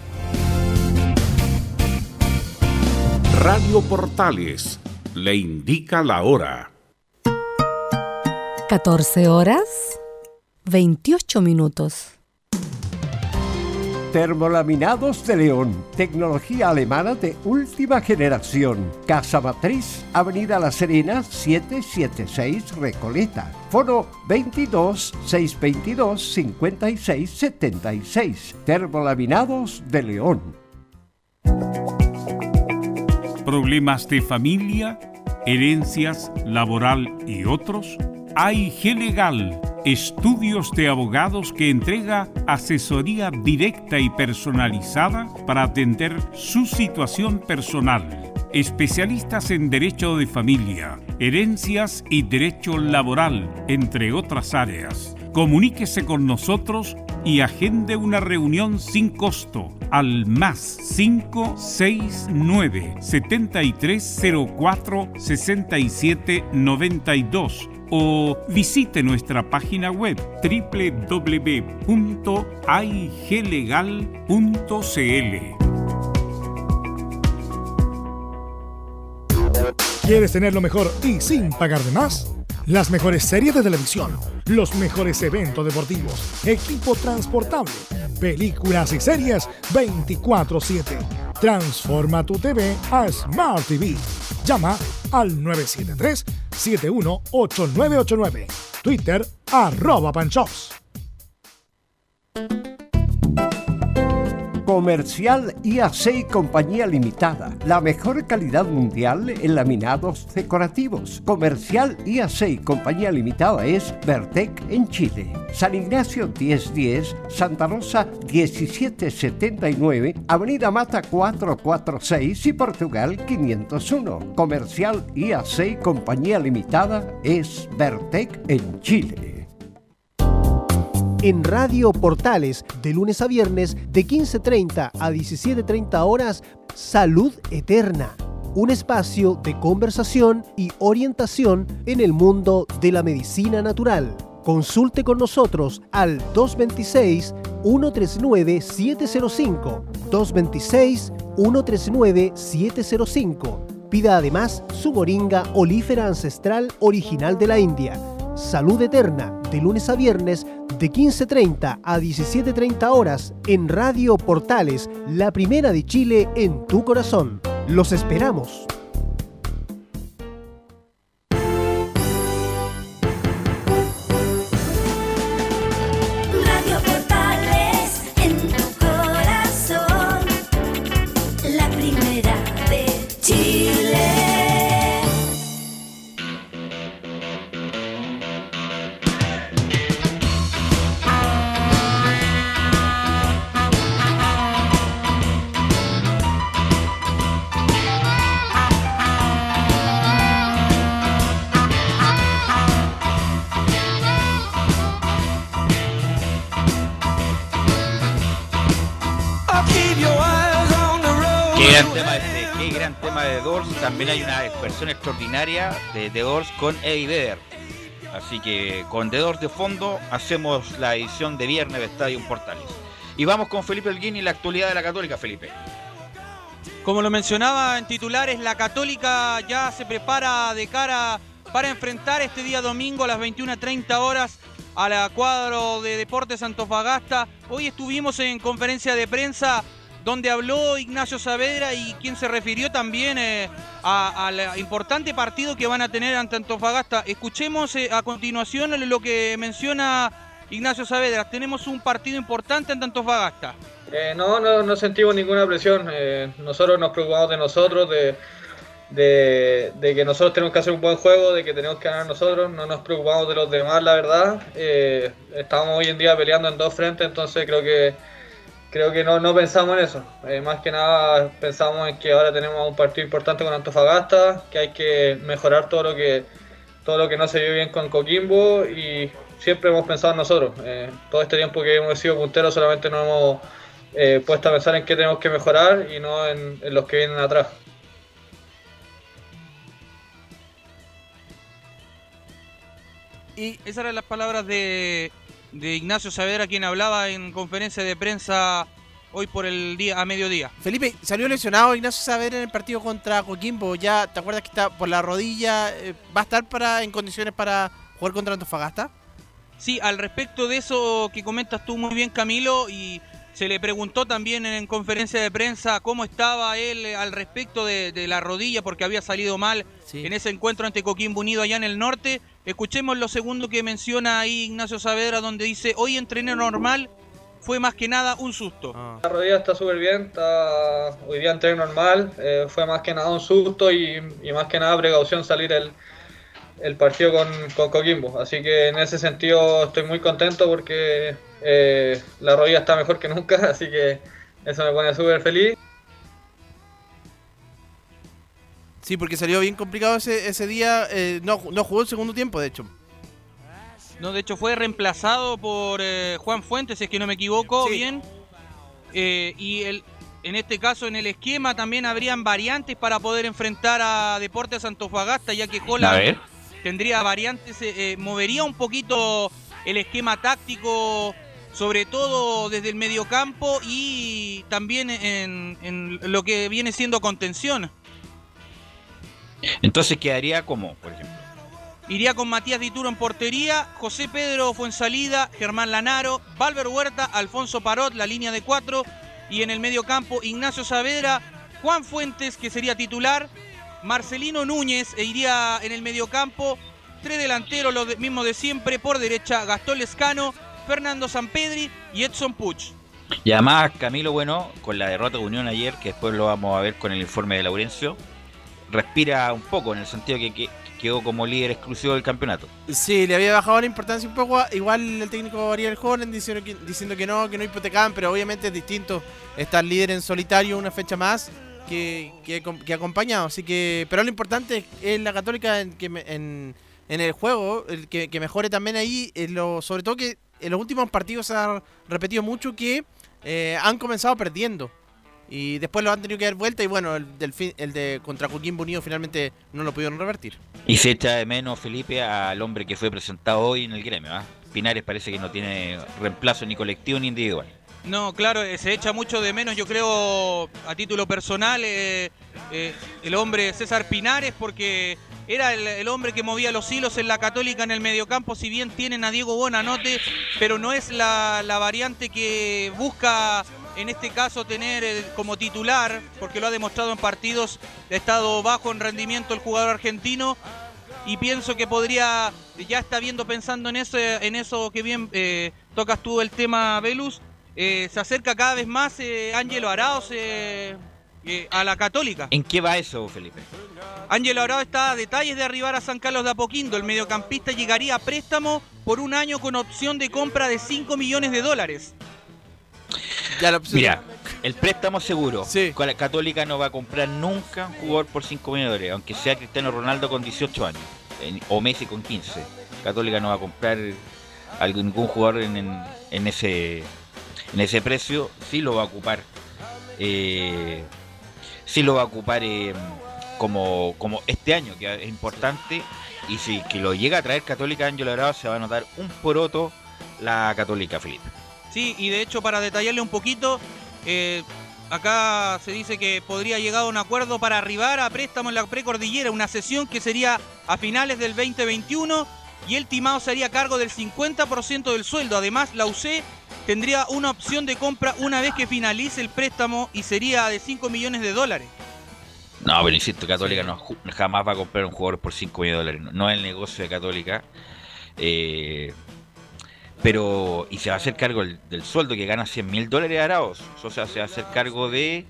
Radio Portales le indica la hora. catorce horas, veintiocho minutos. Termolaminados de León, tecnología alemana de última generación. Casa Matriz, Avenida La Serena, setecientos setenta y seis Recoleta. Foro veintidós, seiscientos veintidós, cincuenta y seis setenta y seis. Termolaminados de León. ¿Problemas de familia, herencias, laboral y otros? A I G Legal, estudios de abogados que entrega asesoría directa y personalizada para atender su situación personal. Especialistas en derecho de familia, herencias y derecho laboral, entre otras áreas. Comuníquese con nosotros y agende una reunión sin costo al más cinco seis nueve, siete tres cero cuatro, seis siete nueve dos o visite nuestra página web doble u doble u doble u punto a i g legal punto c l. ¿Quieres tener lo mejor y sin pagar de más? Las mejores series de televisión, los mejores eventos deportivos, equipo transportable, películas y series veinticuatro siete. Transforma tu T V a Smart T V. Llama al nueve siete tres, siete uno ocho nueve ocho nueve. Twitter, arroba Panchops. Comercial I A C y Compañía Limitada. La mejor calidad mundial en laminados decorativos. Comercial I A C y Compañía Limitada es Vertec en Chile. San Ignacio diez diez, Santa Rosa diecisiete setenta y nueve, Avenida Mata cuatrocientos cuarenta y seis y Portugal quinientos uno. Comercial I A C y Compañía Limitada es Vertec en Chile. En Radio Portales, de lunes a viernes, de quince treinta a diecisiete treinta horas, Salud Eterna. Un espacio de conversación y orientación en el mundo de la medicina natural. Consulte con nosotros al dos dos seis, uno tres nueve, siete cero cinco, dos dos seis, uno tres nueve, siete cero cinco. Pida además su moringa olífera ancestral original de la India. Salud Eterna, de lunes a viernes, de quince treinta a diecisiete treinta horas, en Radio Portales, la primera de Chile en tu corazón. Los esperamos. Radio Portales en tu corazón, la primera de Chile. gran tema este, qué gran tema de The Doors. También hay una versión extraordinaria de The Doors con Eddie Vedder. Así que con The Doors de fondo hacemos la edición de viernes de Estadio Portales. Y vamos con Felipe Holguín y la actualidad de la Católica, Felipe. Como lo mencionaba en titulares, la Católica ya se prepara de cara para enfrentar este día domingo a las veintiuna treinta horas a la cuadro de Deportes Antofagasta. Hoy estuvimos en conferencia de prensa donde habló Ignacio Saavedra y quien se refirió también eh, al importante partido que van a tener ante Antofagasta. Escuchemos eh, a continuación lo que menciona Ignacio Saavedra. Tenemos un partido importante ante Antofagasta. Eh, no, no, no sentimos ninguna presión. Eh, nosotros nos preocupamos de nosotros, de, de, de que nosotros tenemos que hacer un buen juego, de que tenemos que ganar nosotros. No nos preocupamos de los demás, la verdad. Eh, estamos hoy en día peleando en dos frentes, entonces creo que Creo que no, no pensamos en eso, eh, más que nada pensamos en que ahora tenemos un partido importante con Antofagasta, que hay que mejorar todo lo que todo lo que no se vio bien con Coquimbo y siempre hemos pensado en nosotros. Eh, todo este tiempo que hemos sido punteros solamente nos hemos eh, puesto a pensar en qué tenemos que mejorar y no en, en los que vienen atrás. Y esas eran las palabras de... de Ignacio Saavedra, quien hablaba en conferencia de prensa hoy por el día a mediodía. Felipe, salió lesionado Ignacio Saavedra en el partido contra Coquimbo. Ya, ¿te acuerdas que está por la rodilla? ¿Va a estar para en condiciones para jugar contra Antofagasta? Sí, al respecto de eso que comentas tú muy bien, Camilo, y se le preguntó también en conferencia de prensa cómo estaba él al respecto de, de la rodilla, porque había salido mal sí. en ese encuentro ante Coquimbo Unido allá en el norte. Escuchemos lo segundo que menciona ahí Ignacio Saavedra, donde dice: hoy entrené normal, fue más que nada un susto. Ah. La rodilla está súper bien, está... hoy día entrené normal, eh, fue más que nada un susto y, y más que nada precaución salir el, el partido con, con Coquimbo. Así que en ese sentido estoy muy contento porque eh, la rodilla está mejor que nunca, así que eso me pone súper feliz. Sí, porque salió bien complicado ese, ese día, eh, no, no jugó el segundo tiempo, de hecho. No, de hecho fue reemplazado por eh, Juan Fuentes, si es que no me equivoco sí. bien. Eh, y el, en este caso, en el esquema también habrían variantes para poder enfrentar a Deportes Antofagasta, ya que Holland tendría variantes, eh, movería un poquito el esquema táctico, sobre todo desde el mediocampo y también en, en lo que viene siendo contención. Entonces quedaría como, por ejemplo. Iría con Matías Dituro en portería, José Pedro Fuensalida, Germán Lanaro, Valver Huerta, Alfonso Parot, la línea de cuatro, y en el medio campo Ignacio Saavedra, Juan Fuentes, que sería titular, Marcelino Núñez, e iría en el medio campo, tres delanteros, los de, mismos de siempre, por derecha Gastón Lescano, Fernando Sampedri y Edson Puch. Y además, Camilo, bueno, con la derrota de Unión ayer, que después lo vamos a ver con el informe de Laurencio, respira un poco en el sentido que, que quedó como líder exclusivo del campeonato. Sí, le había bajado la importancia un poco. Igual el técnico Ariel Hornen diciendo que, diciendo que no, que no hipotecaban, pero obviamente es distinto estar líder en solitario una fecha más que, que, que acompañado. Así que, pero lo importante es la Católica en, que en, en el juego, el que, que mejore también ahí, en lo, sobre todo que en los últimos partidos se ha repetido mucho que eh, han comenzado perdiendo. Y después lo han tenido que dar vuelta y bueno, el, del fin, el de contra Coquimbo Unido finalmente no lo pudieron revertir. Y se echa de menos, Felipe, al hombre que fue presentado hoy en el gremio, ¿eh? Pinares parece que no tiene reemplazo ni colectivo ni individual. No, claro, se echa mucho de menos, yo creo, a título personal, eh, eh, el hombre César Pinares, porque era el, el hombre que movía los hilos en la Católica en el mediocampo, si bien tienen a Diego Bonanote, pero no es la, la variante que busca en este caso tener eh, como titular, porque lo ha demostrado en partidos, ha estado bajo en rendimiento el jugador argentino, y pienso que podría, ya está viendo, pensando en eso, en eso que bien eh, tocas tú el tema, Velus, eh, se acerca cada vez más eh, Ángelo Arauz eh, eh, a la Católica. ¿En qué va eso, Felipe? Ángelo Arauz está a detalles de arribar a San Carlos de Apoquindo. El mediocampista llegaría a préstamo por un año con opción de compra de cinco millones de dólares. Ya lo Mira, el préstamo seguro. Sí. La Católica no va a comprar nunca un jugador por cinco millones de dólares, aunque sea Cristiano Ronaldo con dieciocho años o Messi con quince. Católica no va a comprar a ningún jugador en, en, en ese en ese precio. Sí lo va a ocupar. Eh, sí lo va a ocupar eh, como, como este año, que es importante, y si que lo llega a traer Católica Ángel Alvarado, se va a notar un poroto la Católica, Felipe. Sí, y de hecho, para detallarle un poquito, eh, acá se dice que podría llegar a un acuerdo para arribar a préstamo en la precordillera, una sesión que sería a finales del veinte veintiuno, y el timado se haría cargo del cincuenta por ciento del sueldo. Además, la U C tendría una opción de compra una vez que finalice el préstamo y sería de cinco millones de dólares. No, pero insisto, Católica no, jamás va a comprar un jugador por cinco millones de dólares. No es el negocio de Católica. Eh, pero, y se va a hacer cargo del, del sueldo que gana cien mil dólares Araos. O sea, se va a hacer cargo de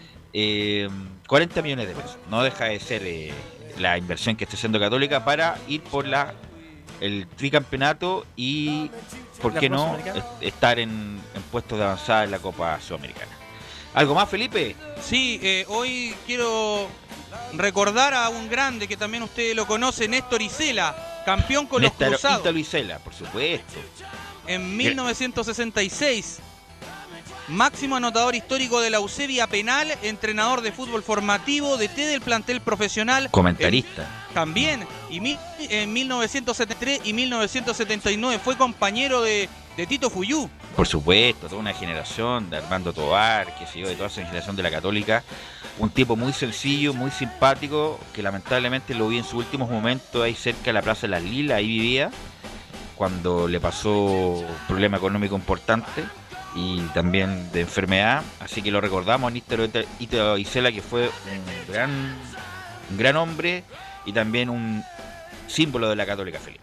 eh, cuarenta millones de pesos. No deja de ser eh, la inversión que está haciendo Católica para ir por la el tricampeonato y, ¿por qué no?, estar en, en puestos de avanzada en la Copa Sudamericana. ¿Algo más, Felipe? Sí, eh, hoy quiero recordar a un grande que también usted lo conoce, Néstor Isela, campeón con Néstor, los Cruzados. Néstor Isela, por supuesto. En mil novecientos sesenta y seis, máximo anotador histórico de la U C vía penal, entrenador de fútbol formativo, D T del plantel profesional. Comentarista. En, también, y mi, en mil novecientos setenta y tres y mil novecientos setenta y nueve fue compañero de, de Tito Fuyú. Por supuesto, toda una generación de Armando Tovar, que sé yo, de toda esa generación de la Católica. Un tipo muy sencillo, muy simpático, que lamentablemente lo vi en sus últimos momentos ahí cerca de la Plaza de las Lilas, ahí vivía, cuando le pasó un problema económico importante y también de enfermedad, así que lo recordamos a Néstor Isela, que fue un gran, un gran hombre y también un símbolo de la Católica, Felipe.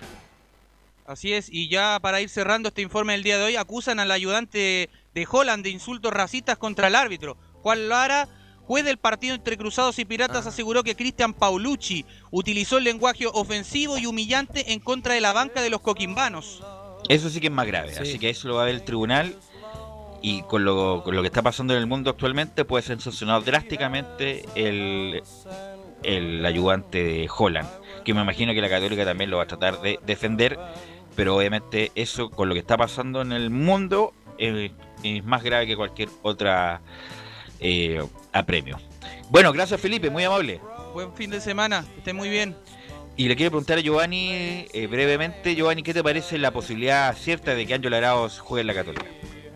Así es, y ya para ir cerrando este informe del día de hoy, acusan al ayudante de Holland de insultos racistas contra el árbitro. Juan Lara, juez del partido entre Cruzados y Piratas, aseguró que Cristian Paulucci utilizó el lenguaje ofensivo y humillante en contra de la banca de los coquimbanos. Eso sí que es más grave, sí. Así que eso lo va a ver el tribunal. Y con lo, con lo que está pasando en el mundo actualmente, puede ser sancionado drásticamente el, el ayudante de Holland, que me imagino que la Católica también lo va a tratar de defender, pero obviamente eso, con lo que está pasando en el mundo, eh, es más grave que cualquier otra eh, apremio. Bueno, gracias, Felipe, muy amable. Buen fin de semana, que esté muy bien. Y le quiero preguntar a Giovanni, eh, brevemente, Giovanni, ¿qué te parece la posibilidad cierta de que Ángel Araos juegue en la Católica?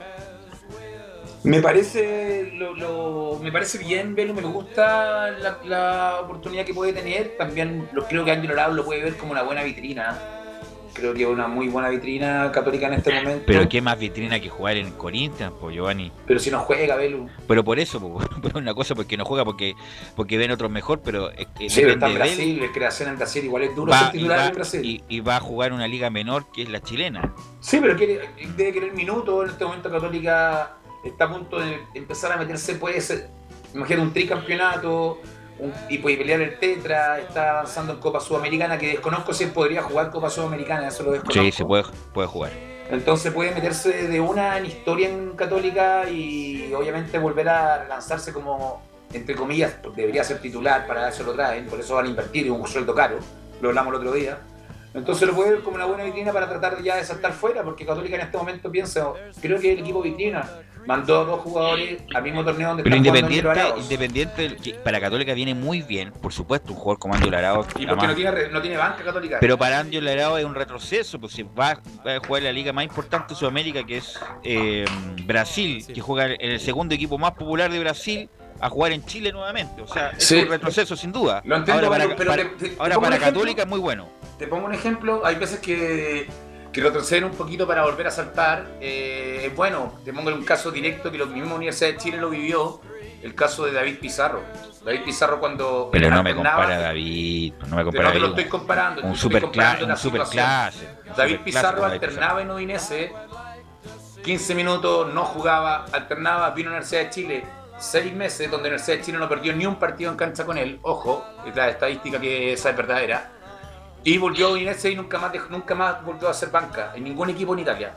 Me parece lo, lo, me parece bien, Velo, me gusta la, la oportunidad que puede tener. También lo, creo que Ángel Arauz lo puede ver como una buena vitrina. Creo que es una muy buena vitrina Católica en este momento. Pero qué más vitrina que jugar en Corinthians, pues, Giovanni. Pero si no juega, Velo. Pero por eso, pues, una cosa porque no juega porque porque ven otros mejor, pero es que sí, pero está en Brasil, la creación en Brasil igual es duro ser titular en Brasil. Y, y va a jugar una liga menor que es la chilena. Sí, pero quiere, debe querer minutos. En este momento Católica está a punto de empezar a meterse, puede ser, imagínate, un tricampeonato un, y puede pelear el tetra, está avanzando en Copa Sudamericana, que desconozco si él podría jugar Copa Sudamericana, eso lo desconozco. Sí, se puede, puede jugar. Entonces puede meterse de una en historia en Católica y obviamente volver a lanzarse como, entre comillas, debería ser titular, para eso lo traen, por eso van a invertir en un sueldo caro, lo hablamos el otro día. Entonces lo puede ver como una buena vitrina para tratar de ya de saltar fuera, porque Católica en este momento piensa, creo que el equipo vitrina mandó a dos jugadores al mismo torneo donde pero están Independiente, Independiente para Católica viene muy bien, por supuesto, un jugador como Ángel Arauz. Y porque no tiene, no tiene banca Católica. Pero para Ángel Arauz es un retroceso, pues si va, va a jugar la liga más importante de Sudamérica, que es eh, Brasil, sí. que juega en el segundo equipo más popular de Brasil, a jugar en Chile nuevamente. O sea, es sí. un retroceso sin duda. Lo entiendo, ahora pero, para, pero para, te, te, ahora te para ejemplo, Católica es muy bueno. Te pongo un ejemplo, hay veces que, que retroceden un poquito para volver a saltar. Eh, es bueno, te pongo un caso directo que la misma Universidad de Chile lo vivió, el caso de David Pizarro. David Pizarro cuando... Pero no me compara a David, no me compara no te lo estoy comparando. Un super clase. Un super clase. David Pizarro alternaba en Udinese, quince minutos, no jugaba, alternaba, vino a la Universidad de Chile, seis meses, donde la Universidad de Chile no perdió ni un partido en cancha con él, ojo, es la estadística que esa es verdadera, y volvió a Udinese y nunca más, nunca más volvió a hacer banca, en ningún equipo en Italia.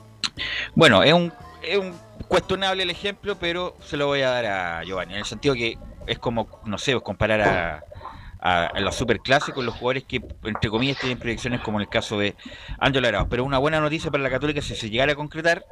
Bueno, es un, es un cuestionable el ejemplo, pero se lo voy a dar a Giovanni, en el sentido que es como, no sé, comparar a, a, a la superclase con los jugadores que, entre comillas, tienen proyecciones como en el caso de Ángel Arauz. Pero una buena noticia para la Católica, si se llegara a concretar,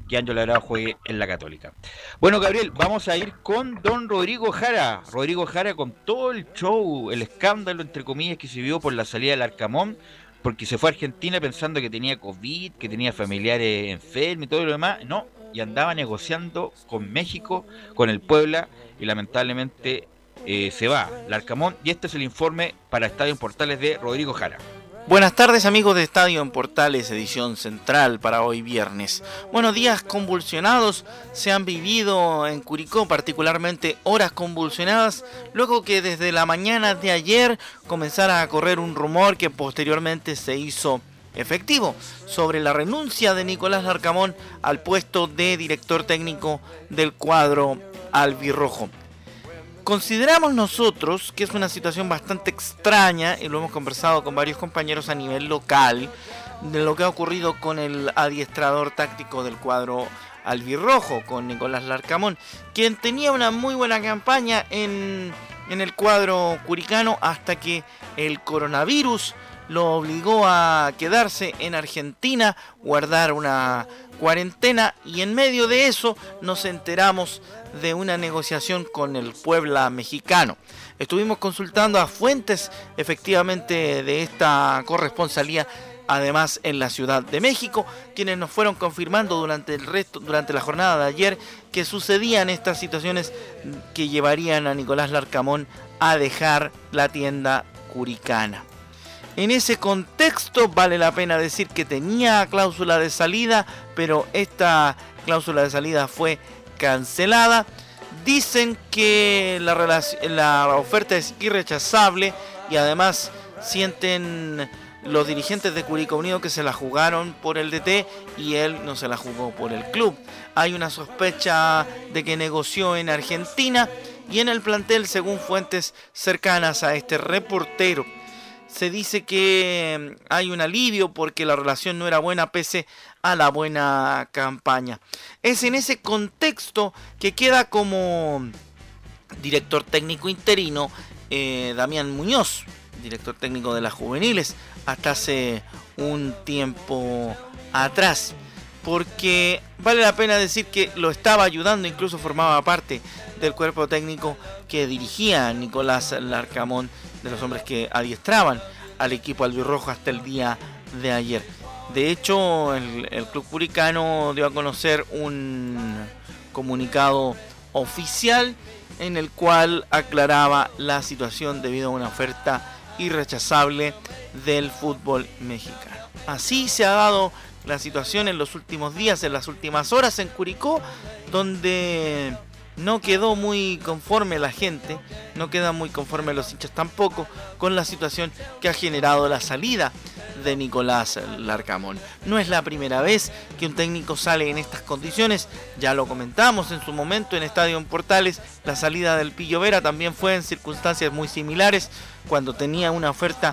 que Ángelo Arao juegue en la Católica. Bueno, Gabriel, vamos a ir con don Rodrigo Jara. Rodrigo Jara con todo el show, el escándalo, entre comillas, que se vio por la salida del Arcamón, porque se fue a Argentina pensando que tenía COVID, que tenía familiares enfermos y todo lo demás. No, y andaba negociando con México, con el Puebla, y lamentablemente eh, se va el Arcamón. Y este es el informe para Estadio en Portales de Rodrigo Jara. Buenas tardes, amigos de Estadio en Portales, edición central para hoy viernes. Buenos días convulsionados se han vivido en Curicó, particularmente horas convulsionadas, luego que desde la mañana de ayer comenzara a correr un rumor que posteriormente se hizo efectivo sobre la renuncia de Nicolás Larcamón al puesto de director técnico del cuadro albirrojo. Consideramos nosotros que es una situación bastante extraña, y lo hemos conversado con varios compañeros a nivel local, de lo que ha ocurrido con el adiestrador táctico del cuadro albirrojo, con Nicolás Larcamón, quien tenía una muy buena campaña en, en el cuadro curicano hasta que el coronavirus lo obligó a quedarse en Argentina, guardar una cuarentena, y en medio de eso nos enteramos de una negociación con el Puebla mexicano. Estuvimos consultando a fuentes efectivamente de esta corresponsalía, además en la Ciudad de México, quienes nos fueron confirmando durante el resto, durante la jornada de ayer, que sucedían estas situaciones que llevarían a Nicolás Larcamón a dejar la tienda curicana. En ese contexto vale la pena decir que tenía cláusula de salida, pero esta cláusula de salida fue cancelada. Dicen que la, relac- la oferta es irrechazable, y además sienten los dirigentes de Curicó Unido que se la jugaron por el D T y él no se la jugó por el club. Hay una sospecha de que negoció en Argentina, y en el plantel, según fuentes cercanas a este reportero, se dice que hay un alivio porque la relación no era buena pese a la buena campaña. Es en ese contexto que queda como director técnico interino eh, Damián Muñoz, director técnico de las juveniles, hasta hace un tiempo atrás. Porque vale la pena decir que lo estaba ayudando, incluso formaba parte del cuerpo técnico que dirigía Nicolás Larcamón, de los hombres que adiestraban al equipo albirrojo hasta el día de ayer. De hecho, el, el club curicano dio a conocer un comunicado oficial en el cual aclaraba la situación debido a una oferta irrechazable del fútbol mexicano. Así se ha dado la situación en los últimos días, en las últimas horas en Curicó, donde no quedó muy conforme la gente, no quedan muy conforme los hinchas tampoco con la situación que ha generado la salida de Nicolás Larcamón. No es la primera vez que un técnico sale en estas condiciones, ya lo comentamos en su momento en Estadio en Portales, la salida del Pillo Vera también fue en circunstancias muy similares, cuando tenía una oferta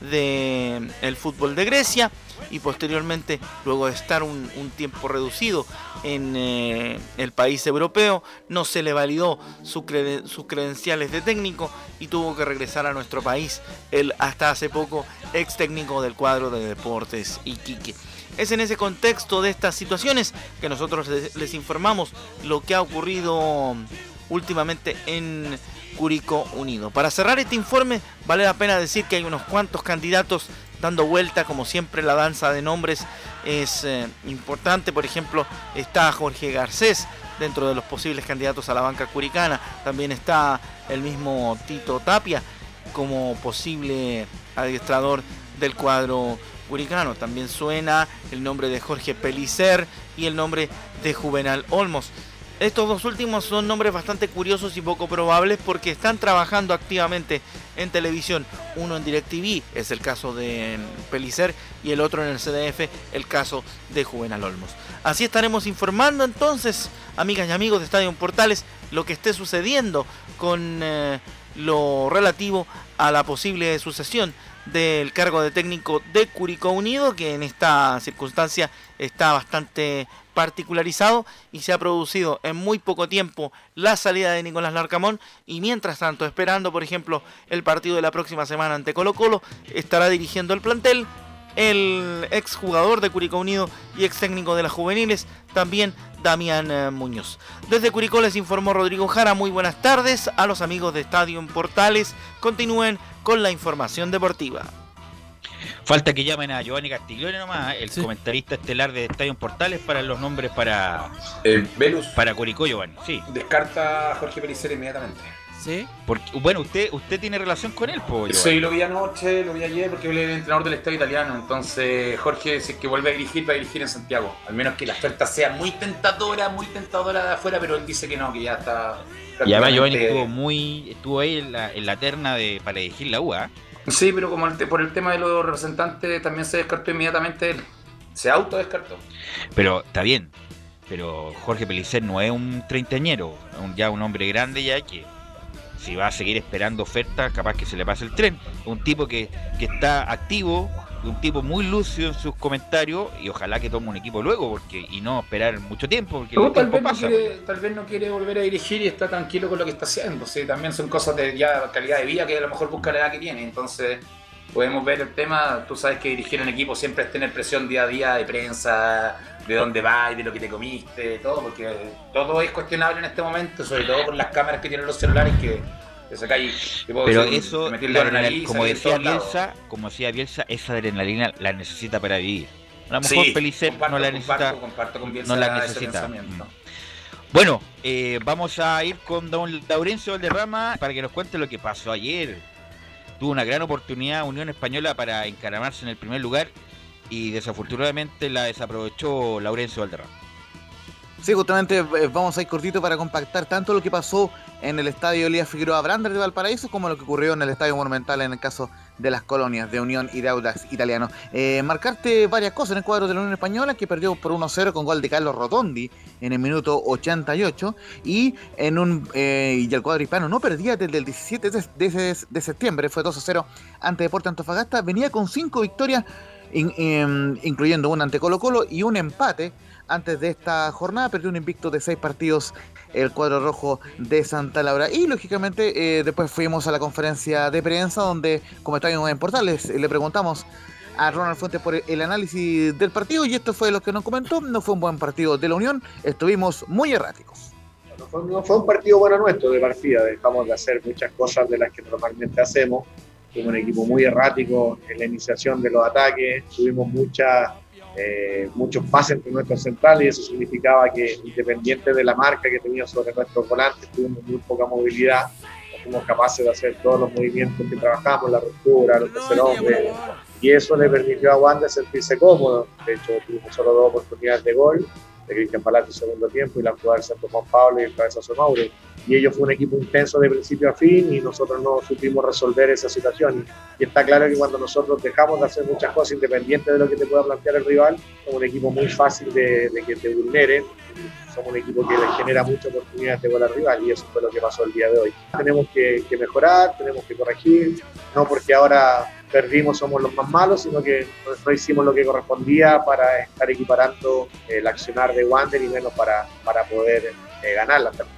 del fútbol de Grecia, y posteriormente, luego de estar un, un tiempo reducido en eh, el país europeo, no se le validó su creden- sus credenciales de técnico y tuvo que regresar a nuestro país, el hasta hace poco ex técnico del cuadro de Deportes Iquique. Es en ese contexto de estas situaciones que nosotros les, les informamos lo que ha ocurrido últimamente en Curicó Unido. Para cerrar este informe, vale la pena decir que hay unos cuantos candidatos dando vuelta, como siempre la danza de nombres es eh, importante. Por ejemplo, está Jorge Garcés dentro de los posibles candidatos a la banca curicana. También está el mismo Tito Tapia como posible adiestrador del cuadro curicano. También suena el nombre de Jorge Pellicer y el nombre de Juvenal Olmos. Estos dos últimos son nombres bastante curiosos y poco probables porque están trabajando activamente en televisión. Uno en DirecTV, es el caso de Pellicer, y el otro en el C D F, el caso de Juvenal Olmos. Así estaremos informando entonces, amigas y amigos de Estadio Portales, lo que esté sucediendo con eh, lo relativo a la posible sucesión del cargo de técnico de Curicó Unido, que en esta circunstancia está bastante particularizado y se ha producido en muy poco tiempo la salida de Nicolás Larcamón, y mientras tanto, esperando por ejemplo el partido de la próxima semana ante Colo Colo, estará dirigiendo el plantel el exjugador de Curicó Unido y ex técnico de las juveniles, también Damián eh, Muñoz. Desde Curicó les informó Rodrigo Jara. Muy buenas tardes a los amigos de Estadio en Portales. Continúen con la información deportiva. Falta que llamen a Giovanni Castiglione nomás, el sí. comentarista estelar de Estadio en Portales, para los nombres para eh, Velus. Para Curicó, Giovanni. Sí. Descarta a Jorge Pellicer inmediatamente. ¿Sí? Porque, bueno, usted usted tiene relación con él, po, sí, lo vi anoche, lo vi ayer, porque él es el entrenador del Estadio Italiano. Entonces, Jorge, si es que vuelve a dirigir, va a dirigir en Santiago. Al menos que la oferta sea muy tentadora, muy tentadora de afuera, pero él dice que no, que ya está. Y además, Giovanni estuvo muy estuvo ahí en la, en la terna de para elegir la U A. ¿eh? Sí, pero como el, por el tema de los representantes también se descartó inmediatamente él. Se autodescartó. Pero está bien. Pero Jorge Pellicer no es un treintañero, un, ya un hombre grande ya que si va a seguir esperando ofertas, capaz que se le pase el tren. Un tipo que, que está activo, un tipo muy lúcido en sus comentarios y ojalá que tome un equipo luego porque y no esperar mucho tiempo porque no, el tal, tiempo vez no pasa. Quiere, tal vez no quiere volver a dirigir y está tranquilo con lo que está haciendo. ¿Sí? También son cosas de ya calidad de vida que a lo mejor busca la edad que tiene. Entonces podemos ver el tema. Tú sabes que dirigir en equipo siempre es tener presión día a día de prensa, de dónde vas, de lo que te comiste, todo, porque todo es cuestionable en este momento, sobre todo con las cámaras que tienen los celulares que te saca ahí. Pero eso, la nariz, como decía Bielsa, como decía Bielsa, esa adrenalina la necesita para vivir. A lo mejor sí, Pellicer comparto, no la necesita, comparto, comparto con Bielsa no la necesita. Bueno, eh, vamos a ir con don Laurencio Valderrama para que nos cuente lo que pasó ayer. Tuvo una gran oportunidad Unión Española para encaramarse en el primer lugar y desafortunadamente la desaprovechó Laurencio Valderrama. Sí, justamente vamos a ir cortito para compactar tanto lo que pasó en el estadio Elías Figueroa Brander de Valparaíso como lo que ocurrió en el estadio Monumental en el caso de las colonias de Unión y de Audax Italiano. Eh, marcarte varias cosas en el cuadro de la Unión Española, que perdió por uno cero con gol de Carlos Rotondi en el minuto ochenta y ocho y en un eh, y el cuadro hispano no perdía desde el diecisiete de, de, de septiembre, fue dos a cero ante Deportes Antofagasta, venía con cinco victorias in, in, incluyendo una ante Colo Colo y un empate. Antes de esta jornada perdió un invicto de seis partidos el cuadro rojo de Santa Laura. Y lógicamente eh, después fuimos a la conferencia de prensa donde, como estábamos en Portales, le preguntamos a Ronald Fuentes por el análisis del partido y esto fue lo que nos comentó. No fue un buen partido de la Unión, estuvimos muy erráticos. No fue, no fue un partido bueno nuestro de partida, dejamos de hacer muchas cosas de las que normalmente hacemos. Fuimos un equipo muy errático en la iniciación de los ataques, tuvimos muchas... Eh, muchos pases entre nuestros centrales y eso significaba que independiente de la marca que tenía sobre nuestros volantes tuvimos muy poca movilidad, no fuimos capaces de hacer todos los movimientos que trabajamos, la ruptura, los tercer hombres, y eso le permitió a Wander sentirse cómodo. De hecho tuvimos solo dos oportunidades de gol, de Cristian Palacio en segundo tiempo y la jugada del centro Juan Pablo y el cabezazo Mauro, y ellos fue un equipo intenso de principio a fin y nosotros no supimos resolver esa situación y está claro que cuando nosotros dejamos de hacer muchas cosas independientes de lo que te pueda plantear el rival, somos un equipo muy fácil de, de que te vulneren, somos un equipo que le genera muchas oportunidades de gol al rival y eso fue lo que pasó el día de hoy. Tenemos que, que mejorar, tenemos que corregir, no porque ahora perdimos somos los más malos, sino que no hicimos lo que correspondía para estar equiparando el accionar de Wander y menos para, para poder eh, ganarla también.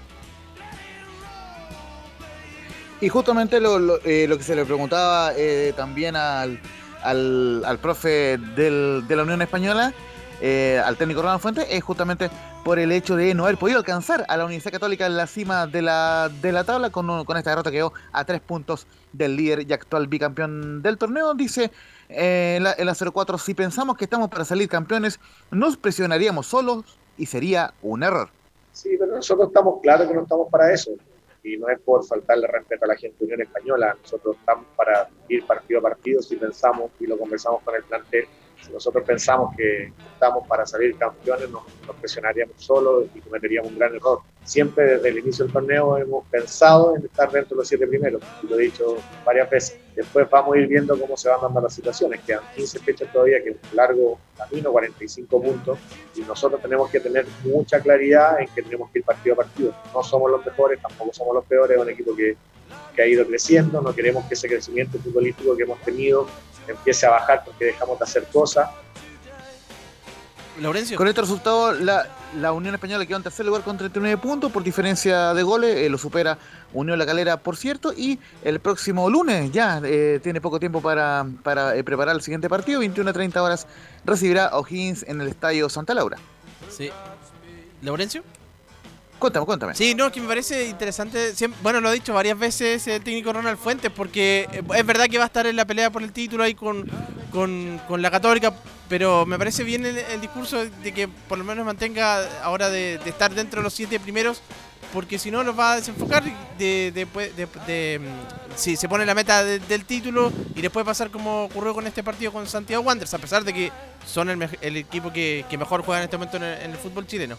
Y justamente lo, lo, eh, lo que se le preguntaba eh, también al, al, al profe del, de la Unión Española, eh, al técnico Ronald Fuentes, es justamente por el hecho de no haber podido alcanzar a la Universidad Católica en la cima de la, de la tabla con, con esta derrota que quedó a tres puntos del líder y actual bicampeón del torneo. Dice eh, en la, en la cero cuatro, si pensamos que estamos para salir campeones, nos presionaríamos solos y sería un error. Sí, pero nosotros estamos claros que no estamos para eso. Y no es por faltarle respeto a la gente de Unión Española, nosotros estamos para ir partido a partido si pensamos, y lo conversamos con el plantel, si nosotros pensamos que estamos para salir campeones, nos, nos presionaríamos solos y cometeríamos un gran error. Siempre desde el inicio del torneo hemos pensado en estar dentro de los siete primeros, y lo he dicho varias veces. Después vamos a ir viendo cómo se van dando las situaciones, quedan quince fechas todavía, que es un largo camino, cuarenta y cinco puntos, y nosotros tenemos que tener mucha claridad en que tenemos que ir partido a partido. No somos los mejores, tampoco somos los peores, es un equipo que, que ha ido creciendo, no queremos que ese crecimiento futbolístico que hemos tenido empiece a bajar porque dejamos de hacer cosas. Laurencio. Con este resultado, la, la Unión Española quedó en tercer lugar con treinta y nueve puntos por diferencia de goles, eh, lo supera Unión La Calera, por cierto, y el próximo lunes ya eh, tiene poco tiempo para, para eh, preparar el siguiente partido, veintiuna a treinta horas recibirá a O'Higgins en el Estadio Santa Laura. Sí. ¿Laurencio? Cuéntame, cuéntame. Sí, no, que me parece interesante. Siempre, bueno, lo ha dicho varias veces el técnico Ronald Fuentes, porque es verdad que va a estar en la pelea por el título ahí con, con, con la Católica, pero me parece bien el, el discurso de que por lo menos mantenga ahora de, de estar dentro de los siete primeros, porque si no los va a desenfocar de, de, de, de, de si se pone la meta de, del título y después pasar como ocurrió con este partido con Santiago Wanderers, a pesar de que son el, el equipo que, que mejor juega en este momento en el, en el fútbol chileno.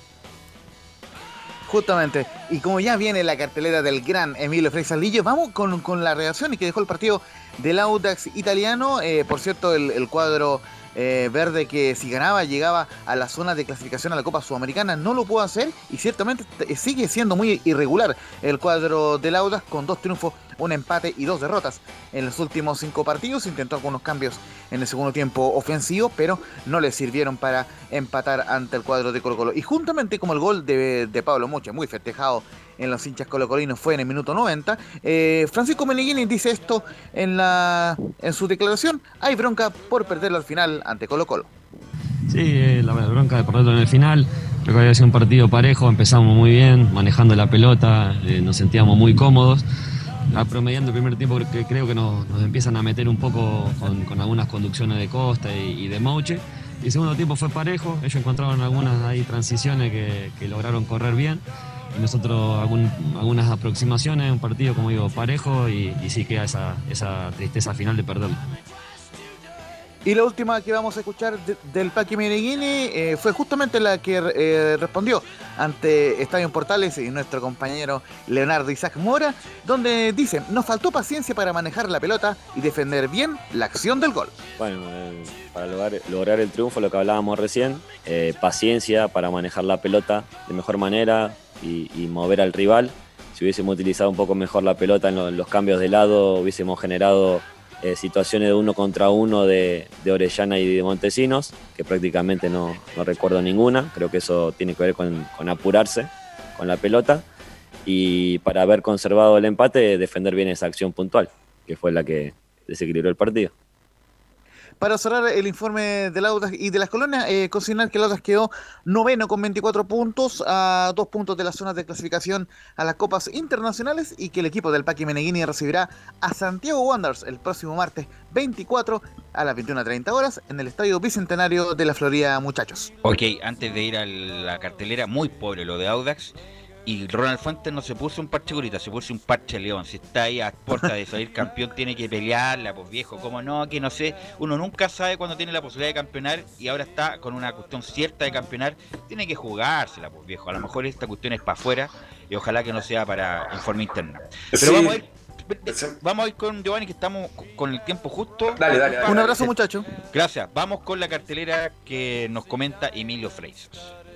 Justamente, y como ya viene la cartelera del gran Emilio Frei Saldillo, vamos con, con la reacción y que dejó el partido del Audax italiano. Eh, por cierto, el, el cuadro eh, verde, que si ganaba llegaba a la zona de clasificación a la Copa Sudamericana, no lo pudo hacer y ciertamente sigue siendo muy irregular el cuadro del Audax, con dos triunfos, un empate y dos derrotas en los últimos cinco partidos. Intentó algunos cambios en el segundo tiempo ofensivo, pero no le sirvieron para empatar ante el cuadro de Colo Colo. Y juntamente como el gol de, de Pablo Moche, muy festejado en los hinchas colocolinos, fue en el minuto noventa, eh, Francisco Meneghini dice esto en, la, en su declaración: hay bronca por perderlo al final ante Colo Colo. Sí, eh, la bronca de perderlo en el final. Creo que había sido un partido parejo, empezamos muy bien, manejando la pelota, eh, nos sentíamos muy cómodos. Promediando el primer tiempo, que creo que nos, nos empiezan a meter un poco con, con algunas conducciones de Costa y, y de Mouche. Y el segundo tiempo fue parejo, ellos encontraron algunas ahí transiciones que, que lograron correr bien. Y nosotros algún, algunas aproximaciones, un partido, como digo, parejo, y, y sí queda esa, esa tristeza final de perderlo. Y la última que vamos a escuchar de, del Paqui Meneghini eh, fue justamente la que eh, respondió ante Estadio Portales y nuestro compañero Leonardo Isaac Mora, donde dice: nos faltó paciencia para manejar la pelota y defender bien la acción del gol. Bueno, eh, para lograr, lograr el triunfo, lo que hablábamos recién, eh, paciencia para manejar la pelota de mejor manera y, y mover al rival. Si hubiésemos utilizado un poco mejor la pelota en, lo, en los cambios de lado, hubiésemos generado Eh, situaciones de uno contra uno de, de Orellana y de Montesinos, que prácticamente no, no recuerdo ninguna. Creo que eso tiene que ver con, con apurarse con la pelota, y para haber conservado el empate, defender bien esa acción puntual, que fue la que desequilibró el partido. Para cerrar el informe del Audax y de las colonias, eh, consignar que el Audax quedó noveno con veinticuatro puntos, a dos puntos de las zonas de clasificación a las copas internacionales, y que el equipo del Paqui Meneghini recibirá a Santiago Wanderers el próximo martes veinticuatro a las veintiuna treinta horas en el Estadio Bicentenario de la Florida, muchachos. Ok, antes de ir a la cartelera, muy pobre lo de Audax. Y Ronald Fuentes no se puso un parche curita, se puso un parche león. Si está ahí a puerta de salir campeón, tiene que pelearla, pues viejo, cómo no, que no sé. Uno nunca sabe cuándo tiene la posibilidad de campeonar, y ahora está con una cuestión cierta de campeonar. Tiene que jugársela, pues viejo. A lo mejor esta cuestión es para afuera y ojalá que no sea para informe interna. Pero sí, vamos a ir, vamos a ir con Giovanni, que estamos con el tiempo justo. Dale, dale, dale. Un abrazo, muchacho. Gracias. Vamos con la cartelera que nos comenta Emilio Freixas.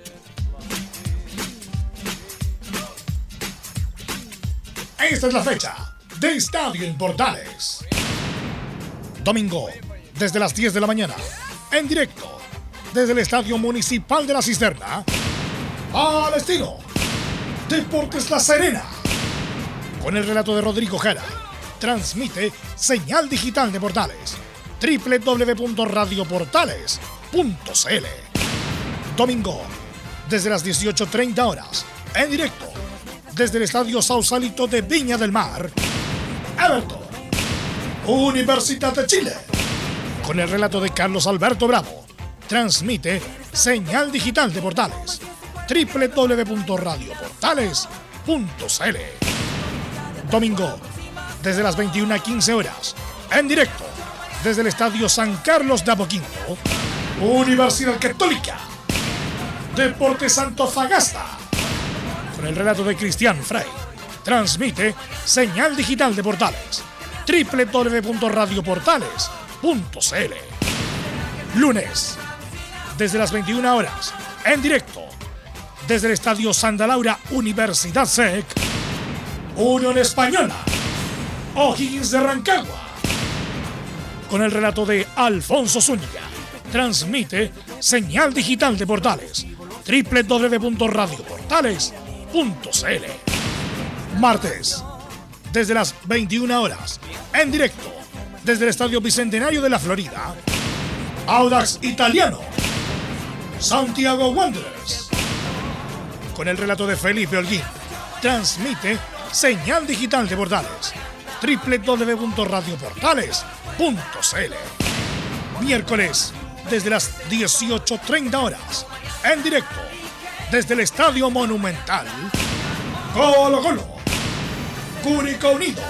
Esta es la fecha de Estadio en Portales. Domingo, desde las diez de la mañana, en directo, desde el Estadio Municipal de la Cisterna, al estilo Deportes La Serena. Con el relato de Rodrigo Jara, transmite Señal Digital de Portales, doble u doble u doble u punto radio portales punto c l. Domingo, desde las dieciocho treinta horas, en directo, desde el Estadio Sausalito de Viña del Mar, Everton, Universidad de Chile. Con el relato de Carlos Alberto Bravo, transmite Señal Digital de Portales, doble u doble u doble u punto radio portales punto c l. Domingo, desde las veintiuna quince horas, en directo, desde el Estadio San Carlos de Apoquindo, Universidad Católica, Deportes Antofagasta. Con el relato de Cristian Frey, transmite Señal Digital de Portales, doble u doble u doble u punto radio portales punto c l. Lunes, desde las veintiuna horas, en directo, desde el Estadio Santa Laura Universidad S E C, Unión Española, O'Higgins de Rancagua. Con el relato de Alfonso Zúñiga, transmite Señal Digital de Portales, doble u doble u doble u punto radio portales punto c l. Martes, desde las veintiuna horas, en directo, desde el Estadio Bicentenario de la Florida, Audax Italiano, Santiago Wanderers. Con el relato de Felipe Holguín, transmite Señal Digital de Portales, doble u doble u doble u punto radio portales punto c l. Miércoles, desde las dieciocho treinta horas, en directo, desde el Estadio Monumental, Colo Colo, Curicó Unido.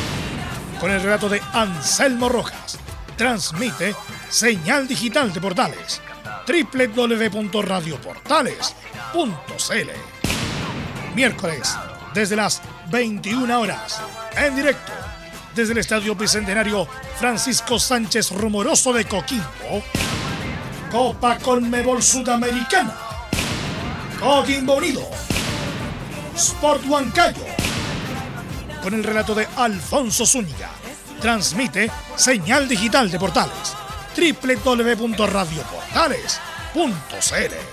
Con el relato de Anselmo Rojas, transmite Señal Digital de Portales, doble u doble u doble u punto radio portales punto c l. Miércoles, desde las veintiuna horas, en directo, desde el Estadio Bicentenario Francisco Sánchez Rumoroso de Coquimbo, Copa Conmebol Sudamericana, Coquimbo Unido, Sport Huancayo. Con el relato de Alfonso Zúñiga, transmite Señal Digital de Portales, doble u doble u doble u punto radio portales punto c l.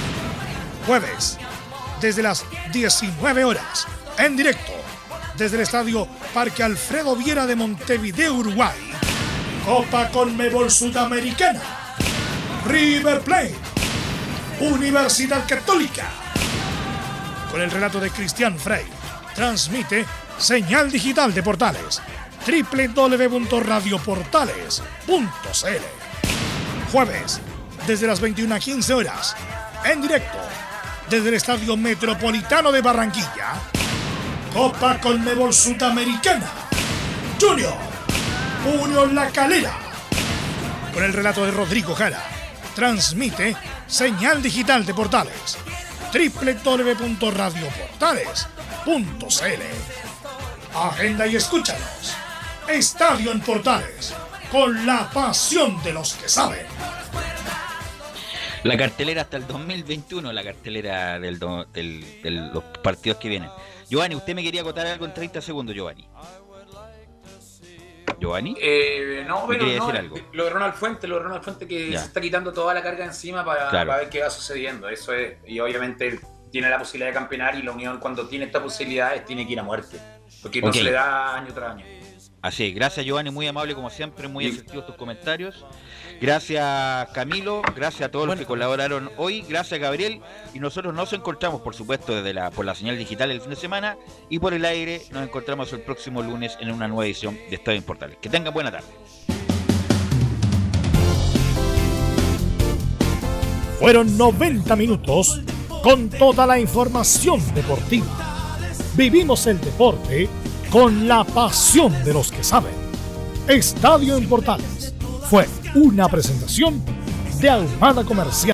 Jueves, desde las diecinueve horas, en directo, desde el Estadio Parque Alfredo Viera de Montevideo, Uruguay, Copa Conmebol Sudamericana, River Plate, Universidad Católica. Con el relato de Cristian Frey, transmite Señal Digital de Portales, doble u doble u doble u punto radio portales punto c l. Jueves, desde las veintiuna quince horas, en directo, desde el Estadio Metropolitano de Barranquilla, Copa Conmebol Sudamericana, Junior, Unión La Calera. Con el relato de Rodrigo Jara, transmite Señal Digital de Portales, doble u doble u doble u punto radio portales punto c l. Agenda y escúchanos. Estadio en Portales, con la pasión de los que saben. La cartelera hasta el dos mil veintiuno, la cartelera del, do, del, de los partidos que vienen. Giovanni, usted me quería acotar algo en treinta segundos, Giovanni. Giovanni. Eh, no, pero no, decir algo? Lo de Ronald Fuente, lo de Ronald Fuente que ya se está quitando toda la carga encima para, claro, para ver qué va sucediendo. Eso es, y obviamente él tiene la posibilidad de campeonar y la Unión cuando tiene estas posibilidades tiene que ir a muerte. Porque okay, no se le da año tras año. Así es, gracias Giovanni, muy amable como siempre, muy efectivos tus comentarios. Gracias Camilo, gracias a todos bueno. los que colaboraron hoy, gracias Gabriel, y nosotros nos encontramos por supuesto desde la, por la señal digital el fin de semana y por el aire nos encontramos el próximo lunes en una nueva edición de Estadio en Portales. Que tengan buena tarde. Fueron noventa minutos con toda la información deportiva. Vivimos el deporte con la pasión de los que saben. Estadio en Portales fue una presentación de Ahumada Comercial.